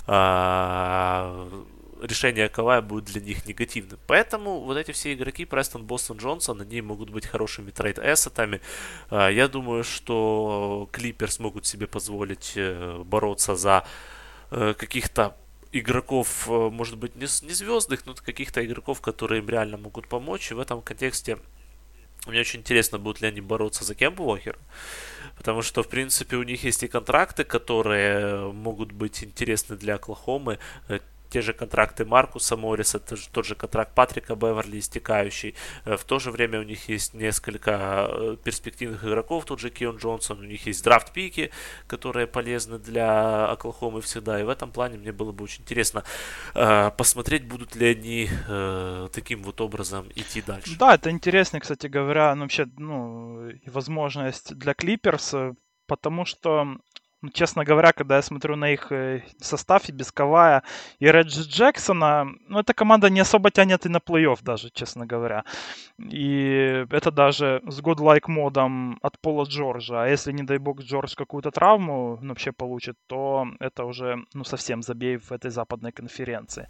э, решение Кавая будет для них негативным. Поэтому вот эти все игроки, Престон, Бостон, Джонсон, они могут быть хорошими трейд-эссетами. Я думаю, что Клиперс могут себе позволить бороться за каких-то игроков, может быть, не звездных, но каких-то игроков, которые им реально могут помочь. И в этом контексте мне очень интересно, будут ли они бороться за Кемба Уокера. Потому что, в принципе, у них есть и контракты, которые могут быть интересны для Оклахомы. Те же контракты Маркуса Морриса, тот же контракт Патрика Беверли истекающий. В то же время у них есть несколько перспективных игроков, тот же Кион Джонсон, у них есть драфт-пики, которые полезны для Оклахомы всегда. И в этом плане мне было бы очень интересно посмотреть, будут ли они таким вот образом идти дальше. Да, это интересно, кстати говоря, ну, вообще, ну, возможность для Клиперс, потому что ну, честно говоря, когда я смотрю на их состав и без Кавая, и Реджи Джексона, ну, эта команда не особо тянет и на плей-офф даже, честно говоря. И это даже с Godlike модом от Пола Джорджа. А если, не дай бог, Джордж какую-то травму ну, вообще получит, то это уже ну, совсем забей в этой западной конференции.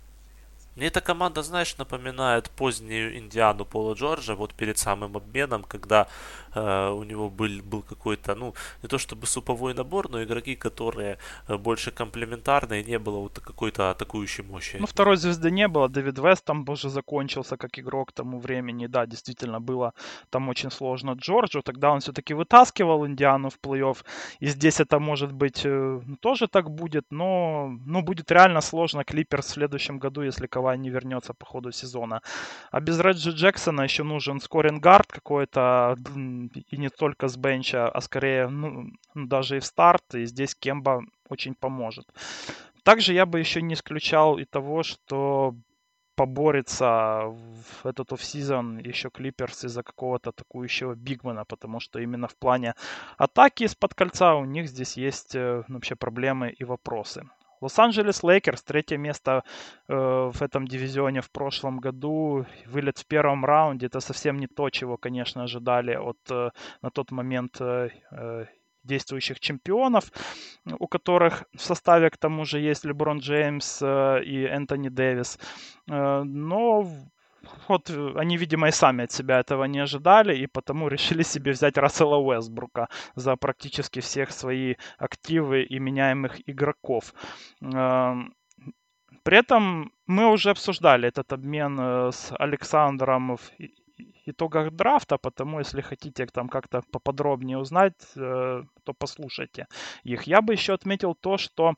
Мне эта команда, знаешь, напоминает позднюю Индиану Пола Джорджа, вот перед самым обменом, когда э, у него был, был какой-то, ну, не то чтобы суповой набор, но игроки, которые э, больше комплементарные, не было вот какой-то атакующей мощи. Ну, второй звезды не было, Дэвид Вест там уже закончился как игрок к тому времени, да, действительно было там очень сложно Джорджу, тогда он все-таки вытаскивал Индиану в плей-офф, и здесь это может быть э, тоже так будет, но ну, будет реально сложно Клиперс в следующем году, если Кавай не вернется по ходу сезона. А без Реджи Джексона еще нужен скоринг-гард какой-то, и не только с бенча, а скорее ну, даже и в старт, и здесь Кемба очень поможет. Также я бы еще не исключал и того, что поборется в этот оффсизон еще Клиперс из-за какого-то атакующего бигмена, потому что именно в плане атаки из-под кольца у них здесь есть э, вообще проблемы и вопросы. Лос-Анджелес Лейкерс, третье место э, в этом дивизионе в прошлом году, вылет в первом раунде, это совсем не то, чего, конечно, ожидали от э, на тот момент э, действующих чемпионов, у которых в составе к тому же есть Леброн Джеймс э, и Энтони Дэвис. Э, но вот они, видимо, и сами от себя этого не ожидали, и потому решили себе взять Рассела Уэстбрука за практически всех свои активы и меняемых игроков. Э, при этом мы уже обсуждали этот обмен э, с Александром в итогах драфта, потому если хотите там как-то поподробнее узнать, э, то послушайте их. Я бы еще отметил то, что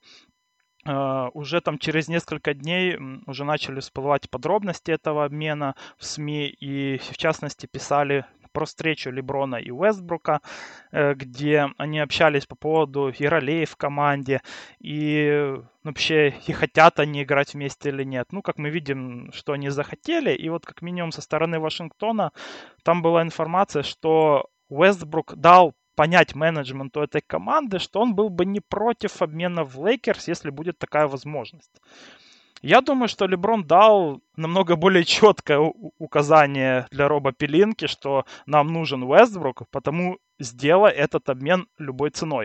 Uh, уже там через несколько дней уже начали всплывать подробности этого обмена в СМИ, и в частности писали про встречу Леброна и Уэстбрука, где они общались по поводу и ролей в команде, и вообще и хотят они играть вместе или нет. Ну, как мы видим, что они захотели, и вот как минимум со стороны Вашингтона там была информация, что Уэстбрук дал понять менеджменту этой команды, что он был бы не против обмена в Лейкерс, если будет такая возможность. Я думаю, что Леброн дал намного более четкое указание для Роба Пелинки, что нам нужен Уэстбрук, потому сделай этот обмен любой ценой.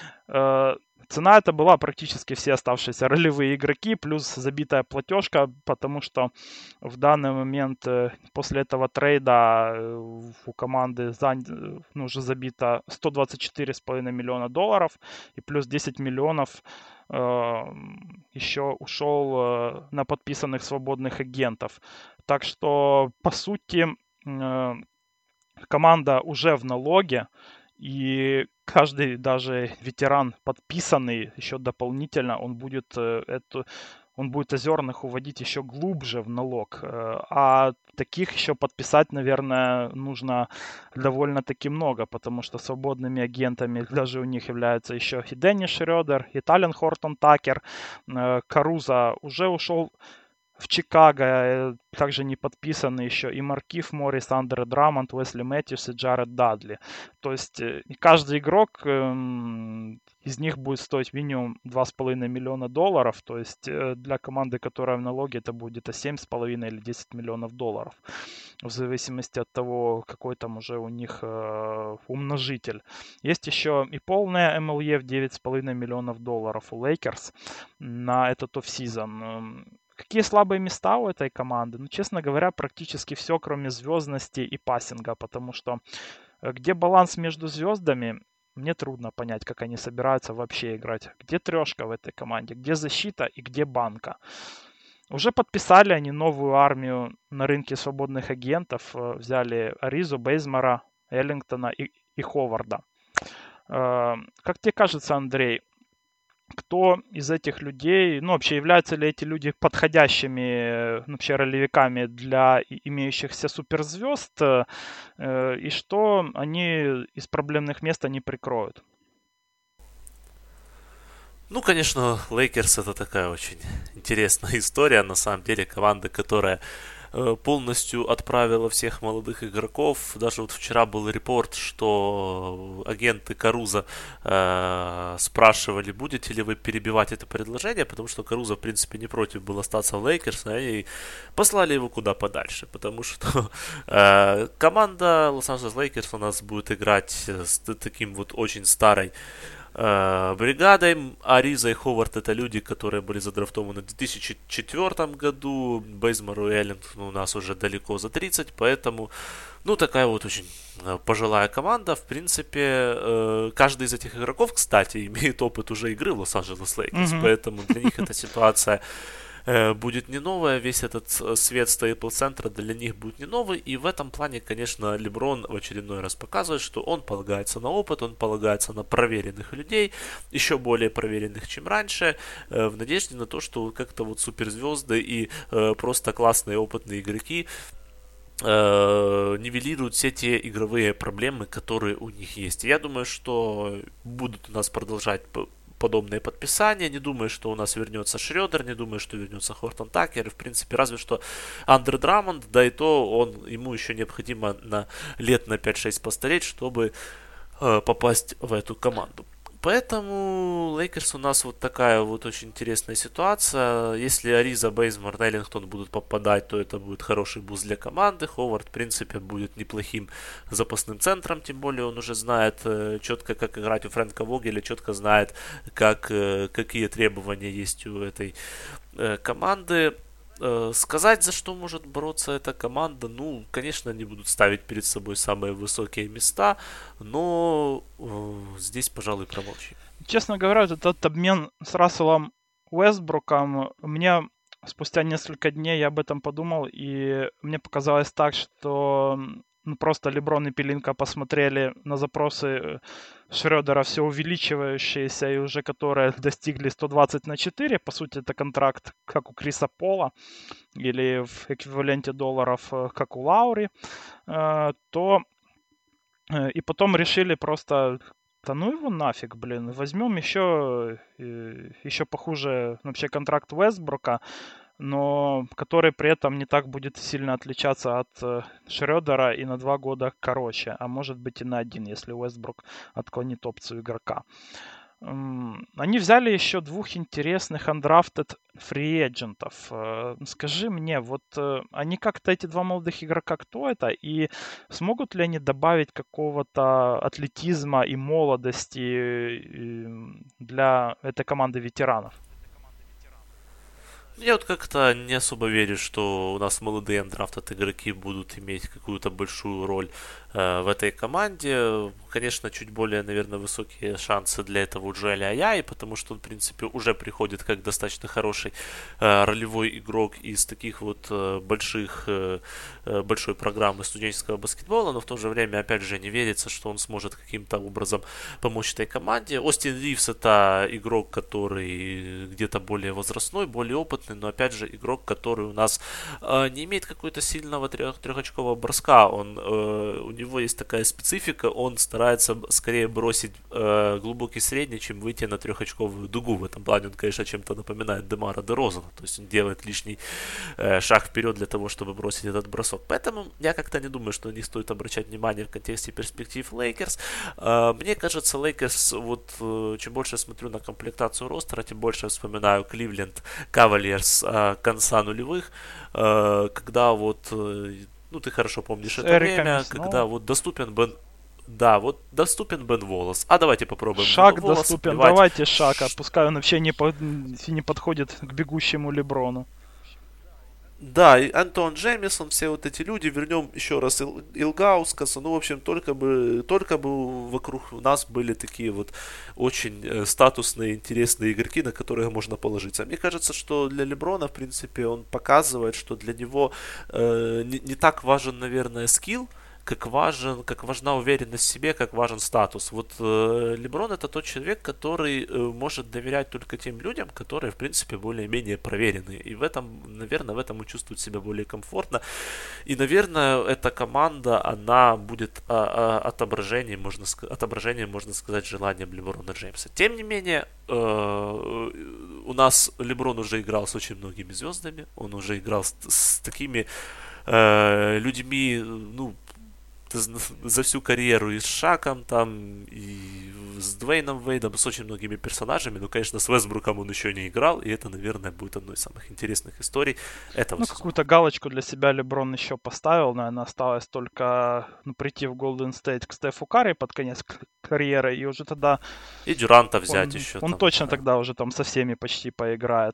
Цена это была практически все оставшиеся ролевые игроки, плюс забитая платежка, потому что в данный момент после этого трейда у команды ну, уже забито сто двадцать четыре с половиной миллиона долларов, и плюс десять миллионов э, еще ушел э, на подписанных свободных агентов. Так что, по сути, э, команда уже в налоге, и каждый, даже ветеран подписанный еще дополнительно, он будет э, эту, он будет озерных уводить еще глубже в налог. Э, а таких еще подписать, наверное, нужно довольно-таки много, потому что свободными агентами даже у них являются еще и Деннис Шрёдер, и Тален Хортон Такер. Э, Каруза уже ушел в Чикаго, также не подписаны еще и Маркиф Моррис, Андре Драмонд, Уэсли Мэтьюс и Джаред Дадли. То есть каждый игрок эм, из них будет стоить минимум два с половиной миллиона долларов. То есть для команды, которая в налоге, это будет где-то семь с половиной или десять миллионов долларов. В зависимости от того, какой там уже у них э, умножитель. Есть еще и полная эм эл е в девять с половиной миллионов долларов у Лейкерс на этот оффсизон. Какие слабые места у этой команды? Ну, честно говоря, практически все, кроме звездности и пассинга, потому что где баланс между звездами, мне трудно понять, как они собираются вообще играть. Где трешка в этой команде, где защита и где банка. Уже подписали они новую армию на рынке свободных агентов. Взяли Аризу, Бейзмара, Эллингтона и, и Ховарда. Как тебе кажется, Андрей, кто из этих людей, ну, вообще, являются ли эти люди подходящими ну, вообще ролевиками для имеющихся суперзвезд, э, и что они из проблемных мест они прикроют? Ну, конечно, Лейкерс это такая очень интересная история, на самом деле, команда, которая э, полностью отправила всех молодых игроков. Даже вот вчера был репорт, что агенты Каруза э, спрашивали, будете ли вы перебивать это предложение, потому что Каруза, в принципе, не против был остаться в Лейкерс, и послали его куда подальше, потому что э, команда Лос-Анджелес Лейкерс у нас будет играть с таким вот очень старой э, бригадой. Ариза и Ховард — это люди, которые были задрафтованы в две тысячи четвёртом году. Бейзмору и Эллингтону у нас уже далеко за тридцать, поэтому, ну, такая вот очень э, пожилая команда. В принципе, э, каждый из этих игроков, кстати, имеет опыт уже игры в Лос-Анджелес Лейкерс, mm-hmm. поэтому для них эта ситуация будет не новая, весь этот свет стейпл-центра для них будет не новый, и в этом плане, конечно, Леброн в очередной раз показывает, что он полагается на опыт, он полагается на проверенных людей, еще более проверенных, чем раньше, в надежде на то, что как-то вот суперзвезды и просто классные опытные игроки нивелируют все те игровые проблемы, которые у них есть. И я думаю, что будут у нас продолжать подобные подписания. Не думаю, что у нас вернется Шредер, не думаю, что вернется Хортон Такер. И, в принципе, разве что Андре Драмонд, да и то он, ему еще необходимо на лет на пять-шесть постареть, чтобы э, попасть в эту команду. Поэтому Лейкерс у нас вот такая вот очень интересная ситуация. Если Ариза, Бейзмор, Эллингтон будут попадать, то это будет хороший буст для команды. Ховард, в принципе, будет неплохим запасным центром, тем более он уже знает э, четко, как играть у Фрэнка Вогеля, четко знает, как, э, какие требования есть у этой э, команды. Сказать, за что может бороться эта команда, ну, конечно, они будут ставить перед собой самые высокие места, но э, здесь, пожалуй, промолчим. Честно говоря, этот обмен с Расселом Уэстбруком, мне спустя несколько дней я об этом подумал, и мне показалось так, что ну, просто Леброн и Пелинка посмотрели на запросы Шредера, все увеличивающиеся, и уже которые достигли сто двадцать на четыре. По сути, это контракт, как у Криса Пола, или в эквиваленте долларов, как у Лаури. То... И потом решили просто... Да ну его нафиг, блин. Возьмем еще, еще похуже вообще контракт Уэстбрука, но который при этом не так будет сильно отличаться от э, Шредера и на два года короче, а может быть и на один, если Уэстбрук отклонит опцию игрока. Эм, они взяли еще двух интересных undrafted фри-эджентов. Э, скажи мне, вот э, они как-то, эти два молодых игрока, кто это? И смогут ли они добавить какого-то атлетизма и молодости э, для этой команды ветеранов? Я вот как-то не особо верю, что у нас молодые андрафтед игроки будут иметь какую-то большую роль э, в этой команде. Конечно, чуть более, наверное, высокие шансы для этого у Джоэля Аяи, потому что он, в принципе, уже приходит как достаточно хороший э, ролевой игрок из таких вот э, больших, э, большой программы студенческого баскетбола, но в то же время, опять же, не верится, что он сможет каким-то образом помочь этой команде. Остин Ривз — это игрок, который где-то более возрастной, более опытный, но опять же игрок, который у нас э, не имеет какой-то сильного трех, трехочкового броска. Он, э, у него есть такая специфика, он старается скорее бросить э, глубокий средний, чем выйти на трехочковую дугу. В этом плане он, конечно, чем-то напоминает Демара Дерозана. То есть он делает лишний э, шаг вперед для того, чтобы бросить этот бросок. Поэтому я как-то не думаю, что на них стоит обращать внимание в контексте перспектив Лейкерс. Э, мне кажется, Лейкерс, вот э, чем больше я смотрю на комплектацию ростера, тем больше я вспоминаю Кливленд Кавальерс с конца нулевых, когда вот, ну ты хорошо помнишь это время, когда вот доступен Бен, да, вот доступен Бен Волос. А давайте попробуем. Шаг доступен, плевать. Давайте Шаг, пускай он вообще не, по, не подходит к бегущему Леброну. Да, и Антон Джемисон, все вот эти люди, вернем еще раз Ил, Илгаускаса, ну, в общем, только бы, только бы вокруг нас были такие вот очень э, статусные, интересные игроки, на которые можно положиться. Мне кажется, что для Леброна, в принципе, он показывает, что для него э, не, не так важен, наверное, скилл, как важен, как важна уверенность в себе, как важен статус. Вот э, Леброн — это тот человек, который э, может доверять только тем людям, которые, в принципе, более-менее проверенные. И в этом, наверное, в этом он чувствует себя более комфортно. И, наверное, эта команда, она будет а, а, отображением, можно, отображением, можно сказать, желанием Леброна Джеймса. Тем не менее, э, у нас Леброн уже играл с очень многими звездами, он уже играл с, с такими э, людьми, ну, за всю карьеру и с Шаком там, и с Двейном Вейдом, с очень многими персонажами, но, конечно, с Вестбруком он еще не играл, и это, наверное, будет одной из самых интересных историй этого Ну, сезона. какую-то галочку для себя Леброн еще поставил, наверное, осталось только ну, прийти в Golden State к Стефу Карри под конец карьеры, и уже тогда... И Дюранта взять он, еще Он там. точно Да. тогда уже там со всеми почти поиграет.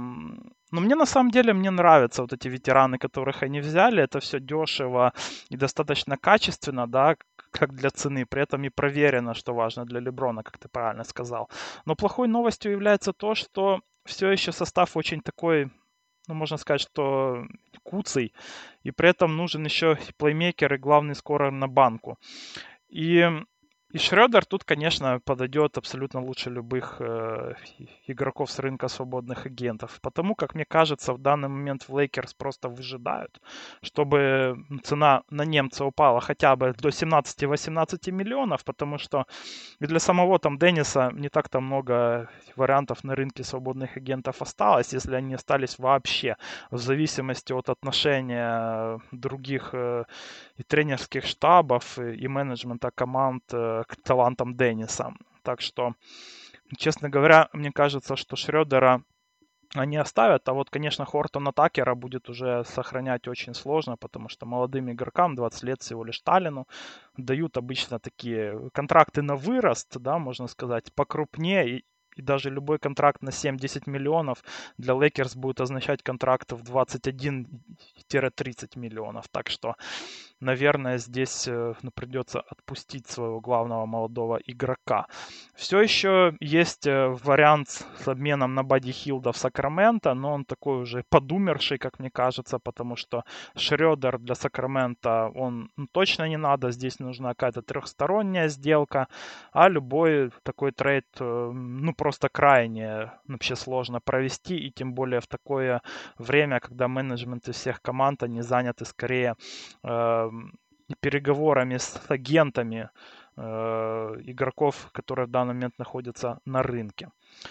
Но мне на самом деле, мне нравятся вот эти ветераны, которых они взяли, это все дешево и достаточно качественно, да, как для цены, при этом и проверено, что важно для Леброна, как ты правильно сказал. Но плохой новостью является то, что все еще состав очень такой, ну, можно сказать, что куцый, и при этом нужен еще плеймейкер и главный скорер на банку. И, и Шрёдер тут, конечно, подойдет абсолютно лучше любых э, игроков с рынка свободных агентов. Потому как, мне кажется, в данный момент в Лейкерс просто выжидают, чтобы цена на немца упала хотя бы до семнадцати-восемнадцати миллионов, потому что и для самого там Денниса не так-то много вариантов на рынке свободных агентов осталось, если они остались вообще, в зависимости от отношения других э, и тренерских штабов, и, и менеджмента команд э, к талантам Денниса. Так что, честно говоря, мне кажется, что Шрёдера они оставят, а вот, конечно, Хортона Такера будет уже сохранять очень сложно, потому что молодым игрокам, двадцать лет всего лишь Таллину, дают обычно такие контракты на вырост, да, можно сказать, покрупнее, и, и даже любой контракт на семь-десять миллионов для Лейкерс будет означать контракт в двадцать один-тридцать миллионов, так что, наверное, здесь ну, придется отпустить своего главного молодого игрока. Все еще есть вариант с обменом на Бадди Хилда в Сакраменто, но он такой уже подумерший, как мне кажется, потому что Шрёдер для Сакрамента он ну, точно не надо, здесь нужна какая-то трехсторонняя сделка, а любой такой трейд ну просто крайне вообще сложно провести, и тем более в такое время, когда менеджменты всех команд, они заняты скорее э, переговорами с агентами э, игроков, которые в данный момент находятся на рынке.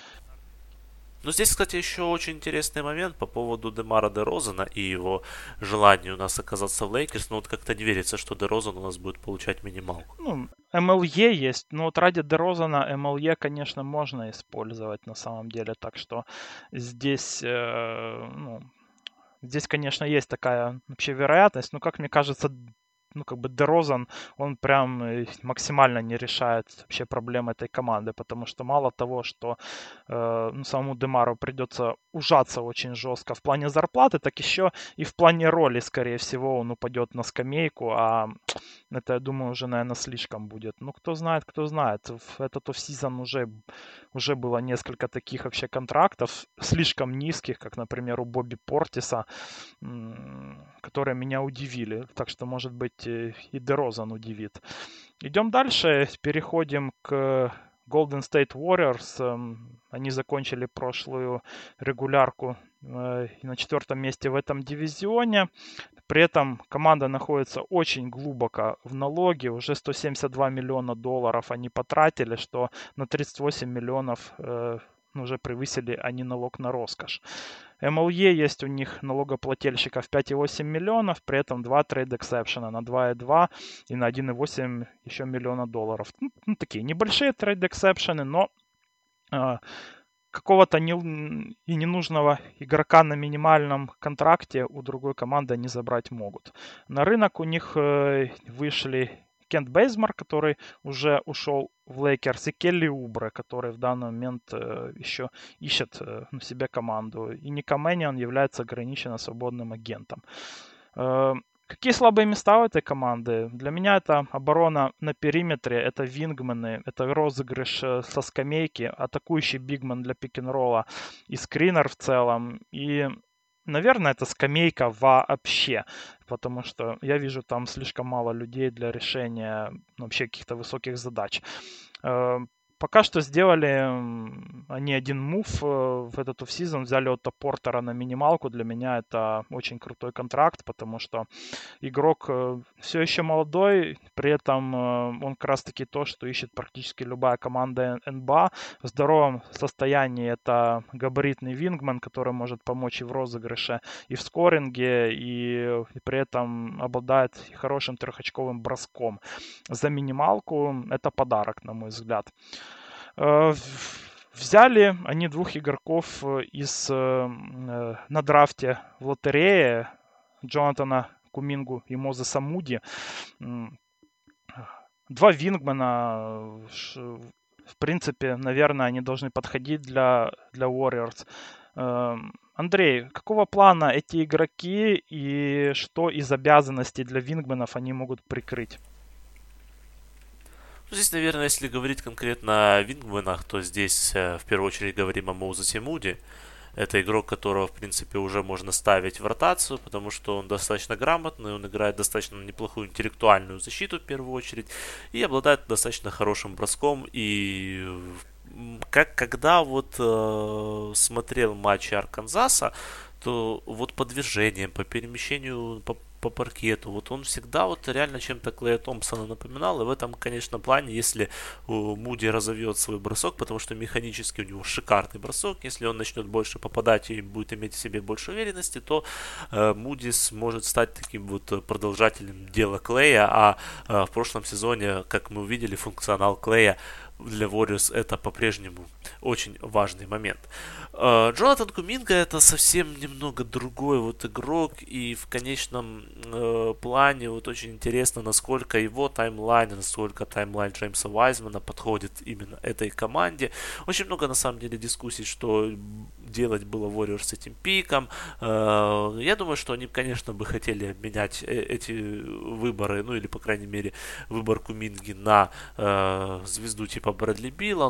Ну, здесь, кстати, еще очень интересный момент по поводу Демара Дерозана и его желания у нас оказаться в Лейкерс. Но вот как-то не верится, что Дерозан у нас будет получать минималку. Ну, эм эл е есть, но вот ради Дерозана эм эл е, конечно, можно использовать на самом деле. Так что здесь, э, ну, здесь, конечно, есть такая вообще вероятность. Но, как мне кажется, ну, как бы Дерозан, он прям максимально не решает вообще проблемы этой команды, потому что мало того, что э, ну, самому Демару придется ужаться очень жестко в плане зарплаты, так еще и в плане роли, скорее всего, он упадет на скамейку, а это, я думаю, уже, наверное, слишком будет. Ну, кто знает, кто знает. В этот оффсизон уже, уже было несколько таких вообще контрактов, слишком низких, как, например, у Бобби Портиса, которые меня удивили. Так что, может быть, и Дерозан удивит. Идем дальше. Переходим к Golden State Warriors. Они закончили прошлую регулярку на четвертом месте в этом дивизионе. При этом команда находится очень глубоко в налоге. Уже сто семьдесят два миллиона долларов они потратили, что на тридцать восемь миллионов э, уже превысили они налог на роскошь. эм эл е есть у них налогоплательщиков пять целых восемь миллионов, при этом два трейд эксепшена на два целых два и на один целых восемь еще миллиона долларов. Ну, ну, такие небольшие трейд эксепшены, но э, какого-то не, и ненужного игрока на минимальном контракте у другой команды они забрать могут. На рынок у них э, вышли Кент Бейзмар, который уже ушел в Лейкерс, и Келли Убре, который в данный момент э, еще ищет э, на себе команду. И Ника Мэнион является ограниченно свободным агентом. Э, Какие слабые места у этой команды? Для меня это оборона на периметре, это вингмены, это розыгрыш со скамейки, атакующий бигмен для пик-н-ролла и скринер в целом. И, наверное, это скамейка вообще, потому что я вижу там слишком мало людей для решения вообще каких-то высоких задач. пока что сделали м, они один мув э, в этот оффсизон, взяли Отто Портера на минималку. Для меня это очень крутой контракт, потому что игрок э, все еще молодой, при этом э, он как раз таки то, что ищет практически любая команда эн бэ а. В здоровом состоянии это габаритный вингман, который может помочь и в розыгрыше, и в скоринге, и, и при этом обладает хорошим трехочковым броском. За минималку это подарок, на мой взгляд. Э, Взяли они двух игроков э, из, э, на драфте в лотерее, Джонатана Кумингу и Мозеса Муди. Два вингмена, в принципе, наверное, они должны подходить для, для Warriors. Андрей, какого плана эти игроки и что из обязанностей для вингменов они могут прикрыть? Ну, здесь, наверное, если говорить конкретно о вингманах, то здесь э, в первую очередь говорим о Моузесе Муди. Это игрок, которого, в принципе, уже можно ставить в ротацию, потому что он достаточно грамотный, он играет достаточно неплохую интеллектуальную защиту в первую очередь и обладает достаточно хорошим броском. И как когда вот э, смотрел матчи Арканзаса, то вот по движениям, по перемещению по, по паркету, вот он всегда вот реально чем-то Клея Томпсона напоминал. И в этом, конечно, плане, если Муди разовьет свой бросок, потому что механически у него шикарный бросок, если он начнет больше попадать и будет иметь в себе больше уверенности, то э, Муди сможет стать таким вот продолжателем дела Клея. А э, в прошлом сезоне, как мы увидели, функционал Клея для Warriors это по-прежнему очень важный момент. Джонатан Куминга это совсем немного другой вот игрок, и в конечном э, плане вот очень интересно, насколько его таймлайн, насколько таймлайн Джеймса Уайзмана подходит именно этой команде. Очень много на самом деле дискуссий, что делать было Warriors с этим пиком. Э, я думаю, что они, конечно, бы хотели обменять эти выборы, ну или по крайней мере выбор Куминги на э, звезду типа Брэдли Билла,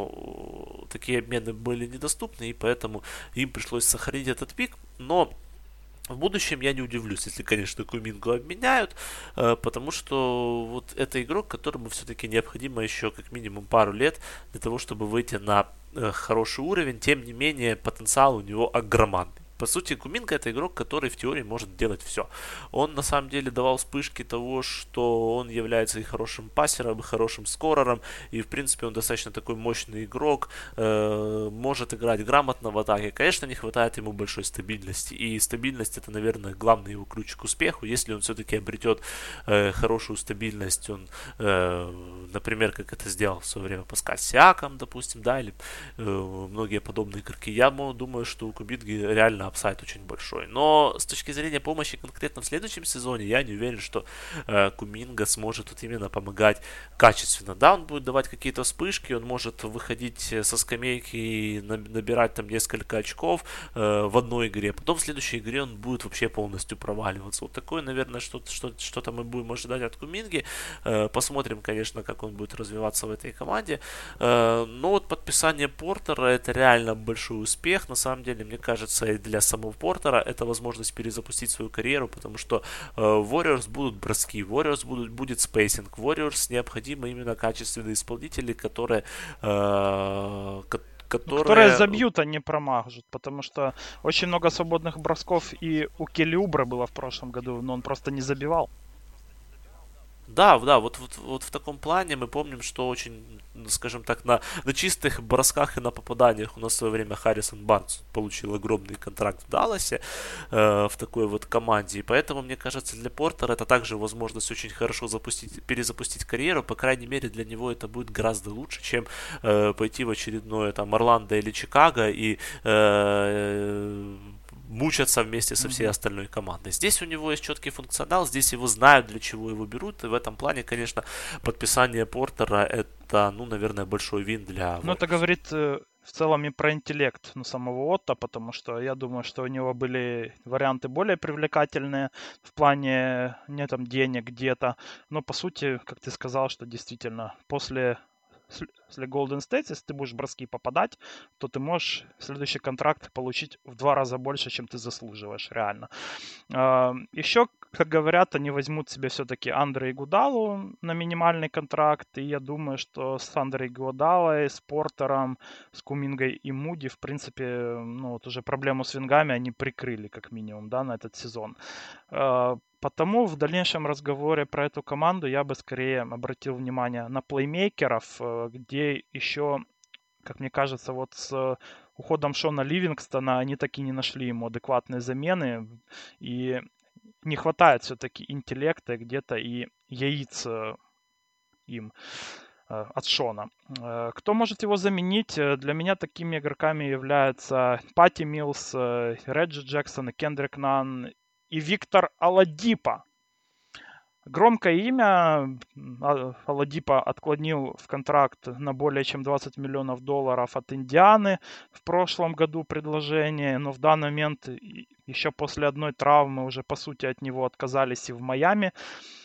но такие обмены были недоступны, и поэтому им пришлось сохранить этот пик. Но в будущем я не удивлюсь, если, конечно, Кумингу обменяют, потому что вот это игрок, которому все-таки необходимо еще как минимум пару лет для того, чтобы выйти на хороший уровень. Тем не менее, потенциал у него огромный. По сути, Куминга это игрок, который в теории может делать все. Он на самом деле давал вспышки того, что он является и хорошим пассером, и хорошим скорером, и в принципе он достаточно такой мощный игрок, э, может играть грамотно в атаке. Конечно, не хватает ему большой стабильности, и стабильность это, наверное, главный его ключ к успеху. Если он все-таки обретет э, хорошую стабильность, он, э, например, как это сделал в свое время Паскаль Сиакам, допустим, да, или э, многие подобные игроки, я думаю, что у Куминги реально апсайд очень большой. Но с точки зрения помощи конкретно в следующем сезоне, я не уверен, что э, Куминга сможет вот именно помогать качественно. Да, он будет давать какие-то вспышки, он может выходить со скамейки и набирать там несколько очков э, в одной игре. Потом в следующей игре он будет вообще полностью проваливаться. Вот такое, наверное, что-то, что- что-то мы будем ожидать от Куминги. Э, посмотрим, конечно, как он будет развиваться в этой команде. Э, но вот подписание Портера это реально большой успех. На самом деле, мне кажется, и для самого Портера это возможность перезапустить свою карьеру, потому что э, Warriors будут броски, Warriors будут, будет спейсинг, Warriors необходимы именно качественные исполнители, которые э, Которые... которые забьют, а не промажут, потому что очень много свободных бросков и у Келли Убра было в прошлом году, но он просто не забивал. Да, да, вот, вот, вот в таком плане мы помним, что очень, скажем так, на, на чистых бросках и на попаданиях у нас в свое время Харрисон Барнс получил огромный контракт в Далласе э, в такой вот команде. И поэтому, мне кажется, для Портера это также возможность очень хорошо запустить, перезапустить карьеру. По крайней мере, для него это будет гораздо лучше, чем э, пойти в очередное там Орландо или Чикаго и э, мучаться вместе со всей остальной командой. Здесь у него есть четкий функционал, здесь его знают, для чего его берут, и в этом плане, конечно, подписание Портера это, ну, наверное, большой вин для... Ну, это говорит э, в целом и про интеллект, ну, самого Отто, потому что я думаю, что у него были варианты более привлекательные в плане не там денег где-то, но по сути, как ты сказал, что действительно после если Golden State, если ты будешь броски попадать, то ты можешь следующий контракт получить в два раза больше, чем ты заслуживаешь, реально. Еще, как говорят, они возьмут себе все-таки Андре Игудалу на минимальный контракт, и я думаю, что с Андре Игудалой, с Портером, с Кумингой и Муди, в принципе, ну вот уже проблему с вингами они прикрыли, как минимум, да, на этот сезон. Потому в дальнейшем разговоре про эту команду я бы скорее обратил внимание на плеймейкеров, где еще, как мне кажется, вот с уходом Шона Ливингстона они так и не нашли ему адекватные замены. И не хватает все-таки интеллекта где-то и яиц им от Шона. Кто может его заменить? Для меня такими игроками являются Патти Милс, Реджи Джексон, Кендрик Нан и Виктор Оладипо. Громкое имя. Оладипо отклонил в контракт на более чем двадцать миллионов долларов от Индианы в прошлом году предложение, но в данный момент еще после одной травмы уже по сути от него отказались и в Майами.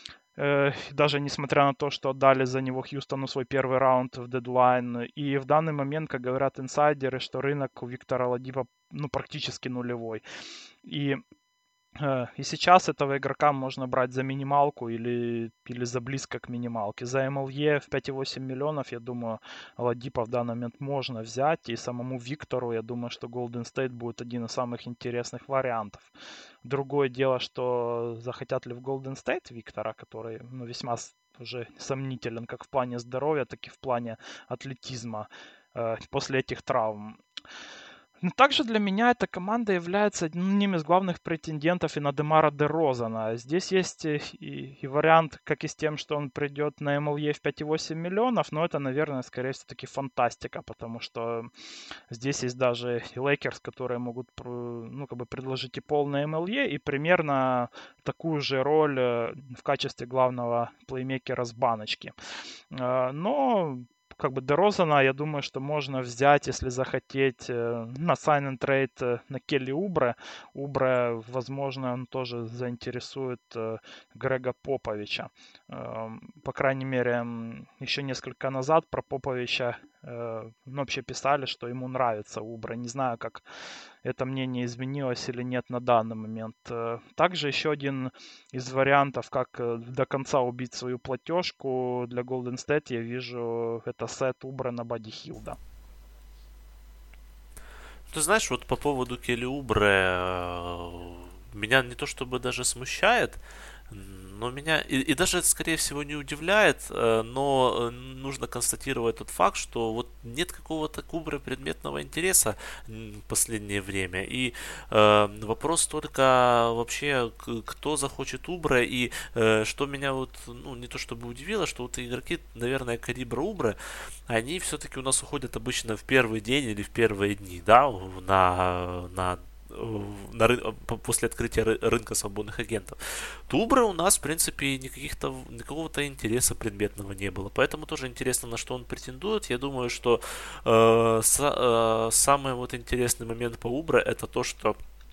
Даже несмотря на то, что отдали за него Хьюстону свой первый раунд в дедлайн. И в данный момент, как говорят инсайдеры, что рынок у Виктора Оладипо ну, практически нулевой. И И сейчас этого игрока можно брать за минималку или, или за близко к минималке. За эм эл и в пять целых восемь десятых миллионов, я думаю, Оладипо в данный момент можно взять. И самому Виктору, я думаю, что Golden State будет один из самых интересных вариантов. Другое дело, что захотят ли в Golden State Виктора, который ну, весьма уже сомнителен как в плане здоровья, так и в плане атлетизма э, после этих травм. Но также для меня эта команда является одним из главных претендентов и на Демара Дерозана. Здесь есть и, и вариант, как и с тем, что он придет на эм эл и в пять целых восемь десятых миллионов, но это, наверное, скорее всего-таки фантастика, потому что здесь есть даже и Лейкерс, которые могут ну, как бы предложить и полный эм эл и, и примерно такую же роль в качестве главного плеймейкера с баночки. Но как бы Дерозана, я думаю, что можно взять, если захотеть, на sign and trade на Келли Убре. Убре, возможно, он тоже заинтересует Грега Поповича. По крайней мере, еще несколько назад про Поповича ну, вообще писали, что ему нравится Убре. Не знаю, как это мнение изменилось или нет на данный момент. Также еще один из вариантов, как до конца убить свою платежку для Golden State, я вижу, это сет Убре на Бадди Хилда. Ты знаешь, вот по поводу Келли Убре меня не то чтобы даже смущает, но меня и, и даже это, скорее всего, не удивляет, но нужно констатировать тот факт, что вот нет какого-то к Убре предметного интереса в последнее время. И э, вопрос только вообще, кто захочет Убре, и э, что меня вот, ну, не то чтобы удивило, что вот игроки, наверное, калибра Убре, они все-таки у нас уходят обычно в первый день или в первые дни, да, на, на На ры... после открытия ры... рынка свободных агентов. Убре у нас, в принципе, никаких-то... никакого-то интереса предметного не было. Поэтому тоже интересно, на что он претендует. Я думаю, что э, с... э, самый вот интересный момент по Убре это то, что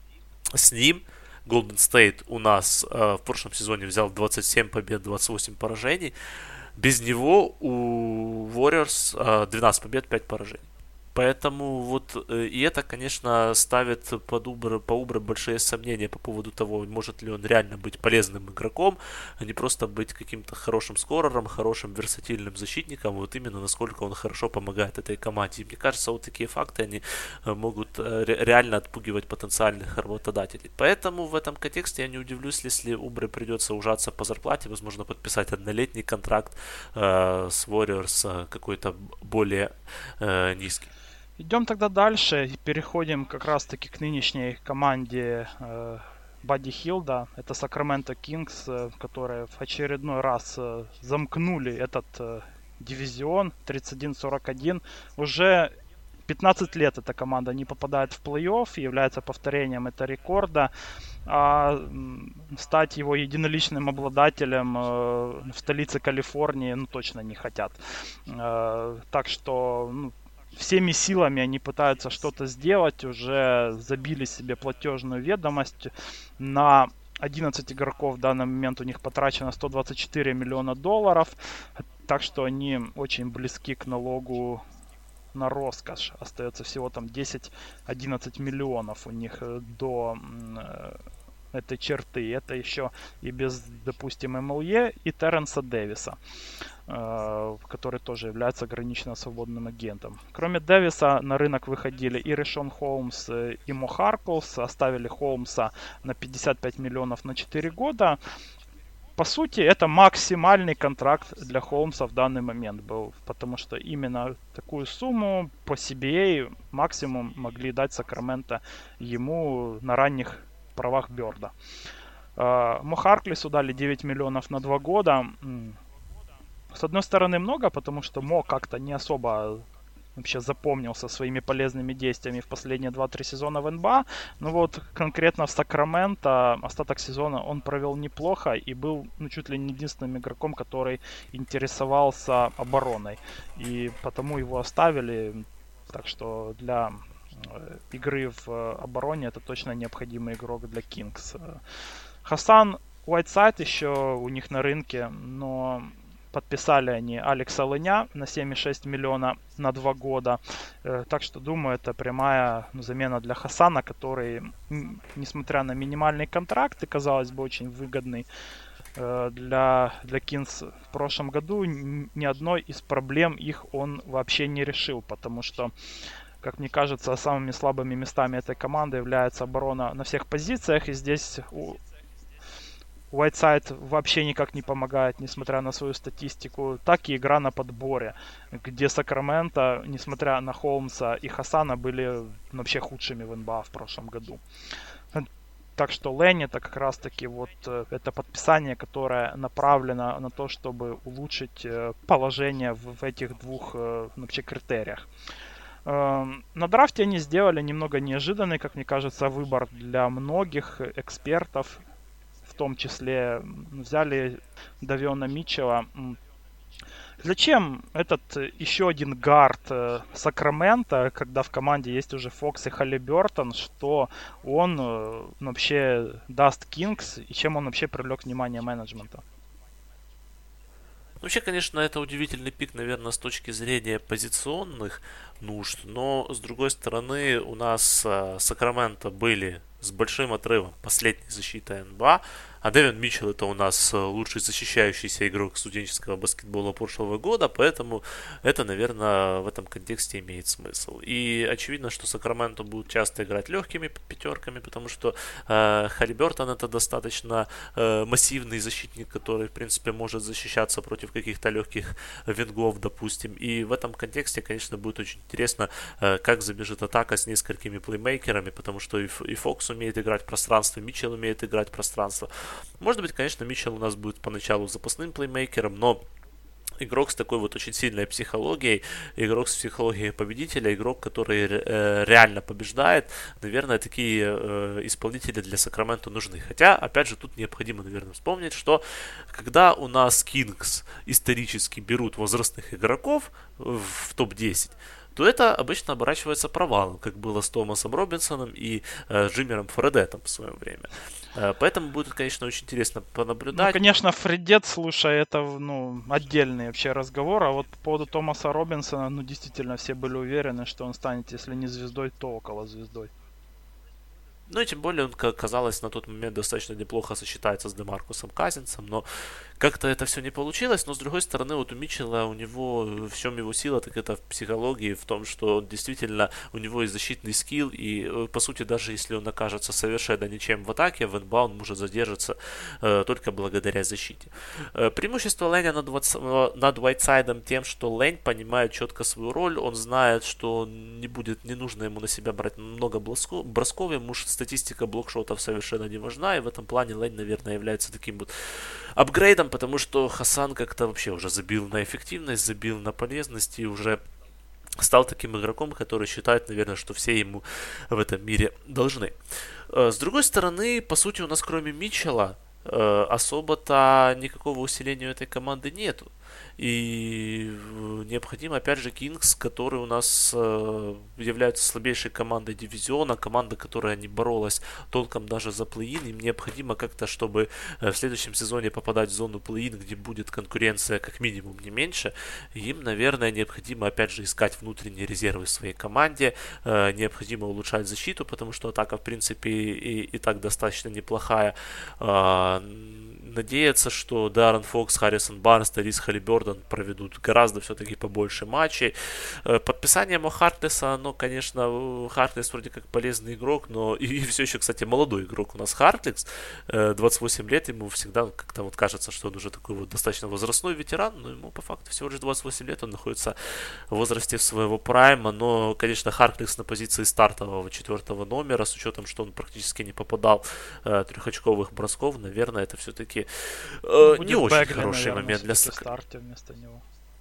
с ним Golden State у нас э, в прошлом сезоне взял двадцать семь побед, двадцать восемь поражений. Без него у Warriors э, двенадцать побед, пять поражений. Поэтому вот и это, конечно, ставит под Убре, по Убре большие сомнения по поводу того, может ли он реально быть полезным игроком, а не просто быть каким-то хорошим скорером, хорошим версатильным защитником, вот именно насколько он хорошо помогает этой команде. И мне кажется, вот такие факты, они могут реально отпугивать потенциальных работодателей. Поэтому в этом контексте я не удивлюсь, если Убре придется ужаться по зарплате, возможно, подписать однолетний контракт э, с Warriors э, какой-то более э, низкий. Идем тогда дальше и переходим как раз-таки к нынешней команде э, Бадди Хилда. Это Сакраменто Кингс, э, которые в очередной раз э, замкнули этот э, дивизион тридцать один сорок один. Уже пятнадцать лет эта команда не попадает в плей-офф, является повторением этого рекорда. А стать его единоличным обладателем э, в столице Калифорнии ну, точно не хотят. Э, так что... Ну, всеми силами они пытаются что-то сделать, уже забили себе платежную ведомость на одиннадцать игроков в данный момент, у них потрачено сто двадцать четыре миллиона долларов, так что они очень близки к налогу на роскошь. Остается всего там десять-одиннадцать миллионов у них до этой черты. Это еще и без, допустим, эм эл е и Терренса Дэвиса, который тоже является ограниченно свободным агентом. Кроме Дэвиса на рынок выходили и Ришон Холмс, и Мо Харклс. Оставили Холмса на пятьдесят пять миллионов на четыре года. По сути, это максимальный контракт для Холмса в данный момент был, потому что именно такую сумму по си би эй максимум могли дать Сакраменто ему на ранних правах Бёрда. Мо Харклису дали девять миллионов на два года. С одной стороны много, потому что Мо как-то не особо вообще запомнился своими полезными действиями в последние два-три сезона в эн би эй. Но вот конкретно в Сакраменто остаток сезона он провел неплохо и был ну, чуть ли не единственным игроком, который интересовался обороной. И потому его оставили. Так что для игры в обороне это точно необходимый игрок для Кингс. Хасан Уайтсайд еще у них на рынке, но подписали они Алекса Лыня на семь и шесть миллиона на два года. Так что, думаю, это прямая ну, замена для Хасана, который, несмотря на минимальный контракт и, казалось бы, очень выгодный для, для Кингс в прошлом году, ни одной из проблем их он вообще не решил, потому что, как мне кажется, самыми слабыми местами этой команды является оборона на всех позициях, и здесь у Уайтсайд вообще никак не помогает, несмотря на свою статистику, так и игра на подборе, где Сакраменто, несмотря на Холмса и Хасана, были вообще худшими в эн би эй в прошлом году. Так что Лэнни это как раз таки вот это подписание, которое направлено на то, чтобы улучшить положение в, в этих двух вообще критериях. На драфте они сделали немного неожиданный, как мне кажется, выбор для многих экспертов. В том числе взяли Давиона Митчелла. Зачем этот еще один гард Сакрамента, когда в команде есть уже Фокс и Халибертон, что он вообще даст Кингс и чем он вообще привлек внимание менеджмента? Вообще, конечно, это удивительный пик, наверное, с точки зрения позиционных нужд, но, с другой стороны, у нас Сакраменто были с большим отрывом последней защиты эн би эй, а Дэвин Митчелл это у нас лучший защищающийся игрок студенческого баскетбола прошлого года, поэтому это, наверное, в этом контексте имеет смысл. И очевидно, что Сакраменто будут часто играть легкими пятерками, потому что э, Халибертон это достаточно э, массивный защитник, который, в принципе, может защищаться против каких-то легких вингов, допустим. И в этом контексте, конечно, будет очень интересно, э, как забежит атака с несколькими плеймейкерами, потому что и, и Фокс умеет играть в пространство, Митчелл умеет играть в пространство. Может быть, конечно, Митчелл у нас будет поначалу запасным плеймейкером, но игрок с такой вот очень сильной психологией, игрок с психологией победителя, игрок, который э, реально побеждает, наверное, такие э, исполнители для Сакраменто нужны. Хотя, опять же, тут необходимо, наверное, вспомнить, что когда у нас Кингс исторически берут возрастных игроков в топ десять, то это обычно оборачивается провалом, как было с Томасом Робинсоном и э, Джиммером Фредетом в свое время. Э, поэтому будет, конечно, очень интересно понаблюдать. Ну, конечно, Фредет, слушай, это ну, отдельный вообще разговор. А вот по поводу Томаса Робинсона, ну, действительно, все были уверены, что он станет, если не звездой, то около звездой. Ну и тем более он, как казалось, на тот момент достаточно неплохо сочетается с Демаркусом Казинсом, но как-то это все не получилось. Но с другой стороны, вот у Митчелла, у него в чем его сила, так это в психологии, в том, что он действительно, у него есть защитный скилл, и по сути, даже если он окажется совершенно ничем в атаке, в эн би эй он может задержаться э, только благодаря защите. Э, преимущество Лэня над, над Уайтсайдом тем, что Лэнь понимает четко свою роль, он знает, что не будет, не нужно ему на себя брать много бросков, ему статистика блокшотов совершенно не важна, и в этом плане Лэнь, наверное, является таким вот апгрейдом, потому что Хасан как-то вообще уже забил на эффективность, забил на полезность и уже стал таким игроком, который считает, наверное, что все ему в этом мире должны. С другой стороны, по сути, у нас кроме Митчелла э, особо-то никакого усиления у этой команды нету. И необходимо, опять же, Кингс, который у нас э, является слабейшей командой дивизиона, команда, которая не боролась толком даже за плей-ин. Им необходимо как-то, чтобы э, в следующем сезоне попадать в зону плей-ин, где будет конкуренция как минимум не меньше. Им, наверное, необходимо, опять же, искать внутренние резервы в своей команде. Э, необходимо улучшать защиту, потому что атака, в принципе, и, и так достаточно неплохая. Э, надеяться, что Даррен Фокс, Харрисон Барнс, Тарис Халибердон проведут гораздо все-таки побольше матчей. Подписание Мо Харклесса, ну, конечно, Харклесс вроде как полезный игрок, но и, и все еще, кстати, молодой игрок у нас Харклесс, двадцать восемь лет, ему всегда как-то вот кажется, что он уже такой вот достаточно возрастной ветеран, но ему по факту всего лишь двадцать восемь лет, он находится в возрасте своего прайма, но, конечно, Харклесс на позиции стартового четвертого номера, с учетом, что он практически не попадал э, трехочковых бросков, наверное, это все-таки Э, не очень Бегли, хороший наверное, момент для Сак... старте вместо него.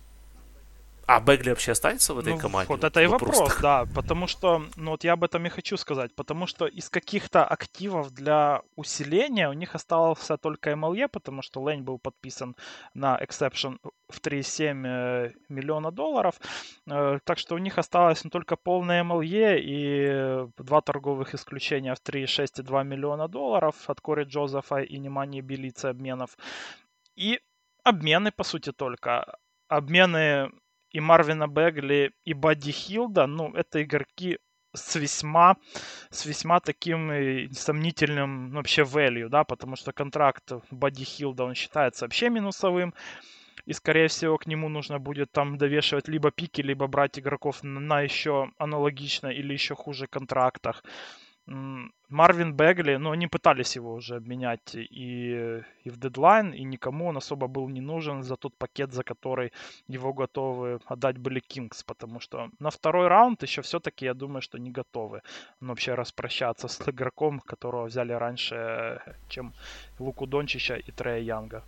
А Бегли вообще останется в этой ну, команде? Вот, вот это и вопрос, вопрос да, потому что, ну вот я об этом и хочу сказать, потому что из каких-то активов для усиления у них остался только эм эл е, потому что Лэнь был подписан на exception в три целых семь десятых миллиона долларов, так что у них осталось ну, только полное эм эл е и два торговых исключения в три целых шесть десятых и два миллиона долларов от Кори Джозефа и Немани Белицы обменов. И обмены, по сути, только. Обмены и Марвина Бегли, и Бадди Хилда, ну, это игроки с весьма, с весьма таким сомнительным ну, вообще value, да, потому что контракт Бадди Хилда, он считается вообще минусовым, и, скорее всего, к нему нужно будет там довешивать либо пики, либо брать игроков на еще аналогично или еще хуже контрактах. Марвин Бегли, ну, они пытались его уже обменять и, и в дедлайн, и никому он особо был не нужен за тот пакет, за который его готовы отдать были Кингс, потому что на второй раунд еще все-таки, я думаю, что не готовы ну, вообще распрощаться с игроком, которого взяли раньше, чем Луку Дончича и Трея Янга.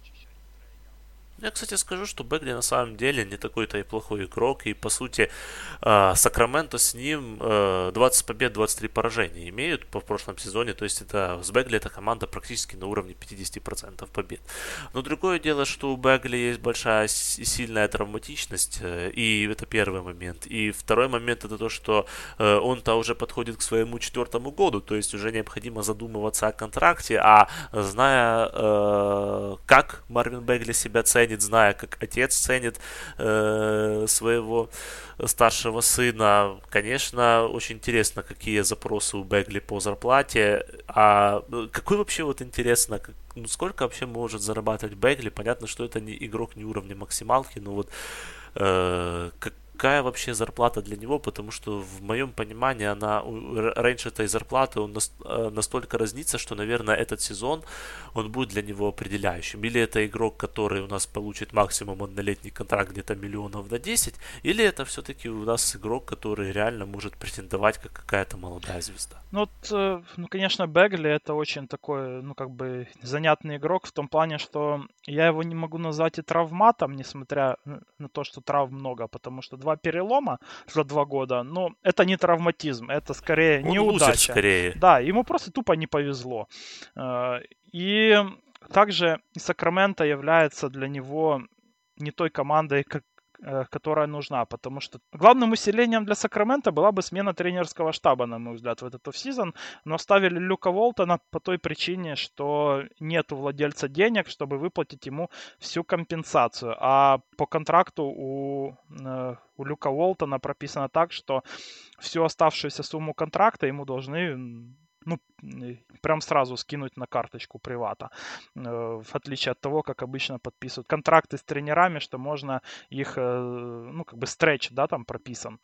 Я, кстати, скажу, что Бегли на самом деле не такой-то и плохой игрок, и, по сути, Сакраменто с ним двадцать побед, двадцать три поражения имеют по прошлом сезоне, то есть это с Бегли эта команда практически на уровне пятьдесят процентов побед. Но другое дело, что у Бегли есть большая и сильная травматичность, и это первый момент. И второй момент это то, что он-то уже подходит к своему четвертому году, то есть уже необходимо задумываться о контракте, а зная, как Марвин Бегли себя ценит, зная, как отец ценит э, своего старшего сына. Конечно, очень интересно, какие запросы у Бегли по зарплате. А какой вообще вот интересно, ну, сколько вообще может зарабатывать Бегли? Понятно, что это не игрок не уровня максималки, но вот э, как какая вообще зарплата для него, потому что в моем понимании она раньше этой зарплаты он настолько разнится, что, наверное, этот сезон он будет для него определяющим. Или это игрок, который у нас получит максимум однолетний контракт где-то миллионов на десять, или это все-таки у нас игрок, который реально может претендовать как какая-то молодая звезда. Ну, вот, ну, конечно, Бегли это очень такой, ну, как бы занятный игрок в том плане, что я его не могу назвать и травматом, несмотря на то, что травм много, потому что два перелома за два года, ну, это не травматизм, это скорее Он неудача. лузер скорее. Да, ему просто тупо не повезло. И также Сакраменто является для него не той командой, как которая нужна, потому что главным усилением для Сакрамента была бы смена тренерского штаба, на мой взгляд, в этот оффсизон, но оставили Люка Волтона по той причине, что нет у владельца денег, чтобы выплатить ему всю компенсацию, а по контракту у, у Люка Волтона прописано так, что всю оставшуюся сумму контракта ему должны ну, прям сразу скинуть на карточку привата. В отличие от того, как обычно подписывают контракты с тренерами, что можно их, ну, как бы стретч, да, там прописан.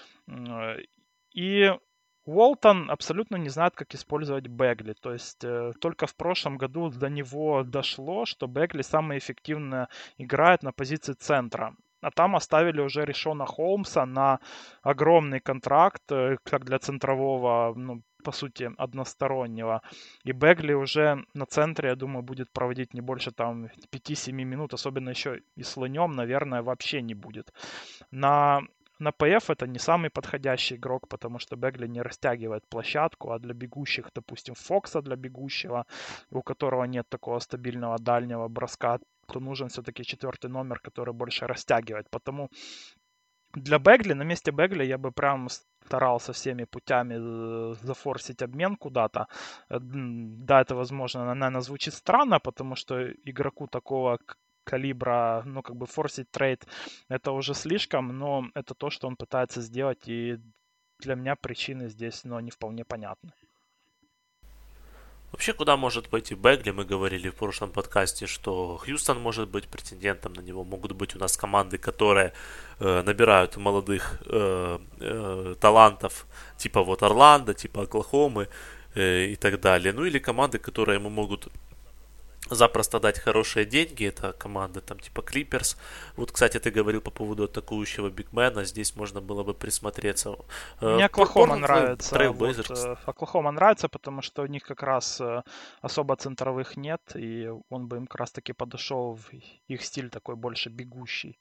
И Уолтон абсолютно не знает, как использовать Бегли. То есть э, только в прошлом году до него дошло, что Бегли самый эффективно играет на позиции центра. А там оставили уже Ришона Холмса на огромный контракт, э, как для центрового, ну, по сути, одностороннего. И Бегли уже на центре, я думаю, будет проводить не больше там пять-семь минут, особенно еще и с Ланем, наверное, вообще не будет. На на пэ эф это не самый подходящий игрок, потому что Бегли не растягивает площадку, а для бегущих, допустим, Фокса для бегущего, у которого нет такого стабильного дальнего броска, то нужен все-таки четвертый номер, который больше растягивает. Потому для Бегли, на месте Бегли я бы прям старался всеми путями э, зафорсить обмен куда-то. Э, Да, это, возможно, наверное, звучит странно, потому что игроку такого к- калибра, ну, как бы форсить трейд, это уже слишком, но это то, что он пытается сделать, и для меня причины здесь, ну, не вполне понятны. Вообще, куда может пойти Бегли? Мы говорили в прошлом подкасте, что Хьюстон может быть претендентом на него. Могут быть у нас команды, которые э, набирают молодых э, э, талантов, типа вот Орландо, типа Оклахомы э, и так далее. Ну или команды, которые ему могут запросто дать хорошие деньги. Это команда там типа Клиперс. Вот, кстати, ты говорил по поводу атакующего бигмена. Здесь можно было бы присмотреться. Э, Мне Оклахома Портленд нравится. Трейл Вот, Блейзерс. э, Оклахома нравится, потому что у них как раз э, особо центровых нет, и он бы им как раз таки подошел в их стиль такой больше бегущий.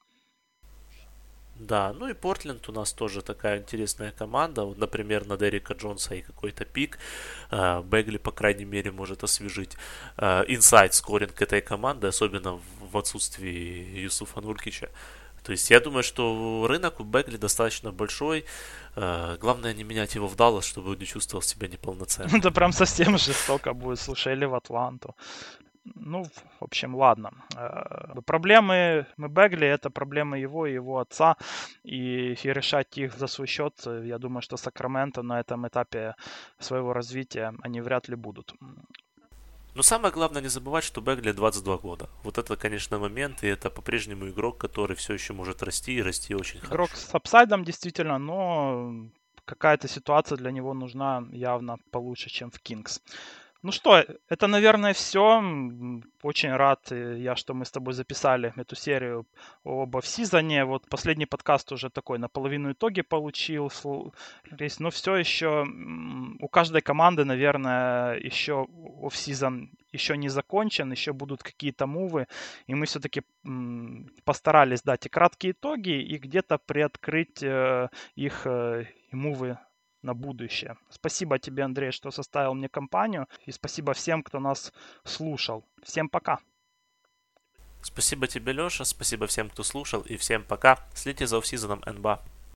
Да, ну и Портленд у нас тоже такая интересная команда. Вот, например, на Дерека Джонса и какой-то пик. Э, Бегли, по крайней мере, может освежить инсайд скоринг этой команды, особенно в в отсутствии Юсуфа Нуркича. То есть я думаю, что рынок у Бегли достаточно большой. Э, Главное не менять его в Даллас, чтобы он не чувствовал себя неполноценным. Это прям совсем жестоко будет, слушай, или в Атланту. Ну, в общем, ладно. Э, Проблемы мы Бегли, это проблемы его и его отца. И, и решать их за свой счет, э, я думаю, что Сакраменто на этом этапе своего развития они вряд ли будут. Но самое главное не забывать, что Бегли двадцать два года. Вот это, конечно, момент, и это по-прежнему игрок, который все еще может расти и расти очень Игрок хорошо. с апсайдом действительно, но какая-то ситуация для него нужна явно получше, чем в Кингс. Ну что, это, наверное, все. Очень рад э, я, что мы с тобой записали эту серию об офсизоне. Вот последний подкаст уже такой наполовину итоги получил. Но все еще у каждой команды, наверное, еще офсизон еще не закончен, еще будут какие-то мувы. И мы все-таки постарались дать и краткие итоги, и где-то приоткрыть э, их э, мувы на будущее. Спасибо тебе, Андрей, что составил мне компанию. И спасибо всем, кто нас слушал. Всем пока. Спасибо тебе, Леша, спасибо всем, кто слушал, и всем пока. Следите за офсизоном эн бэ а.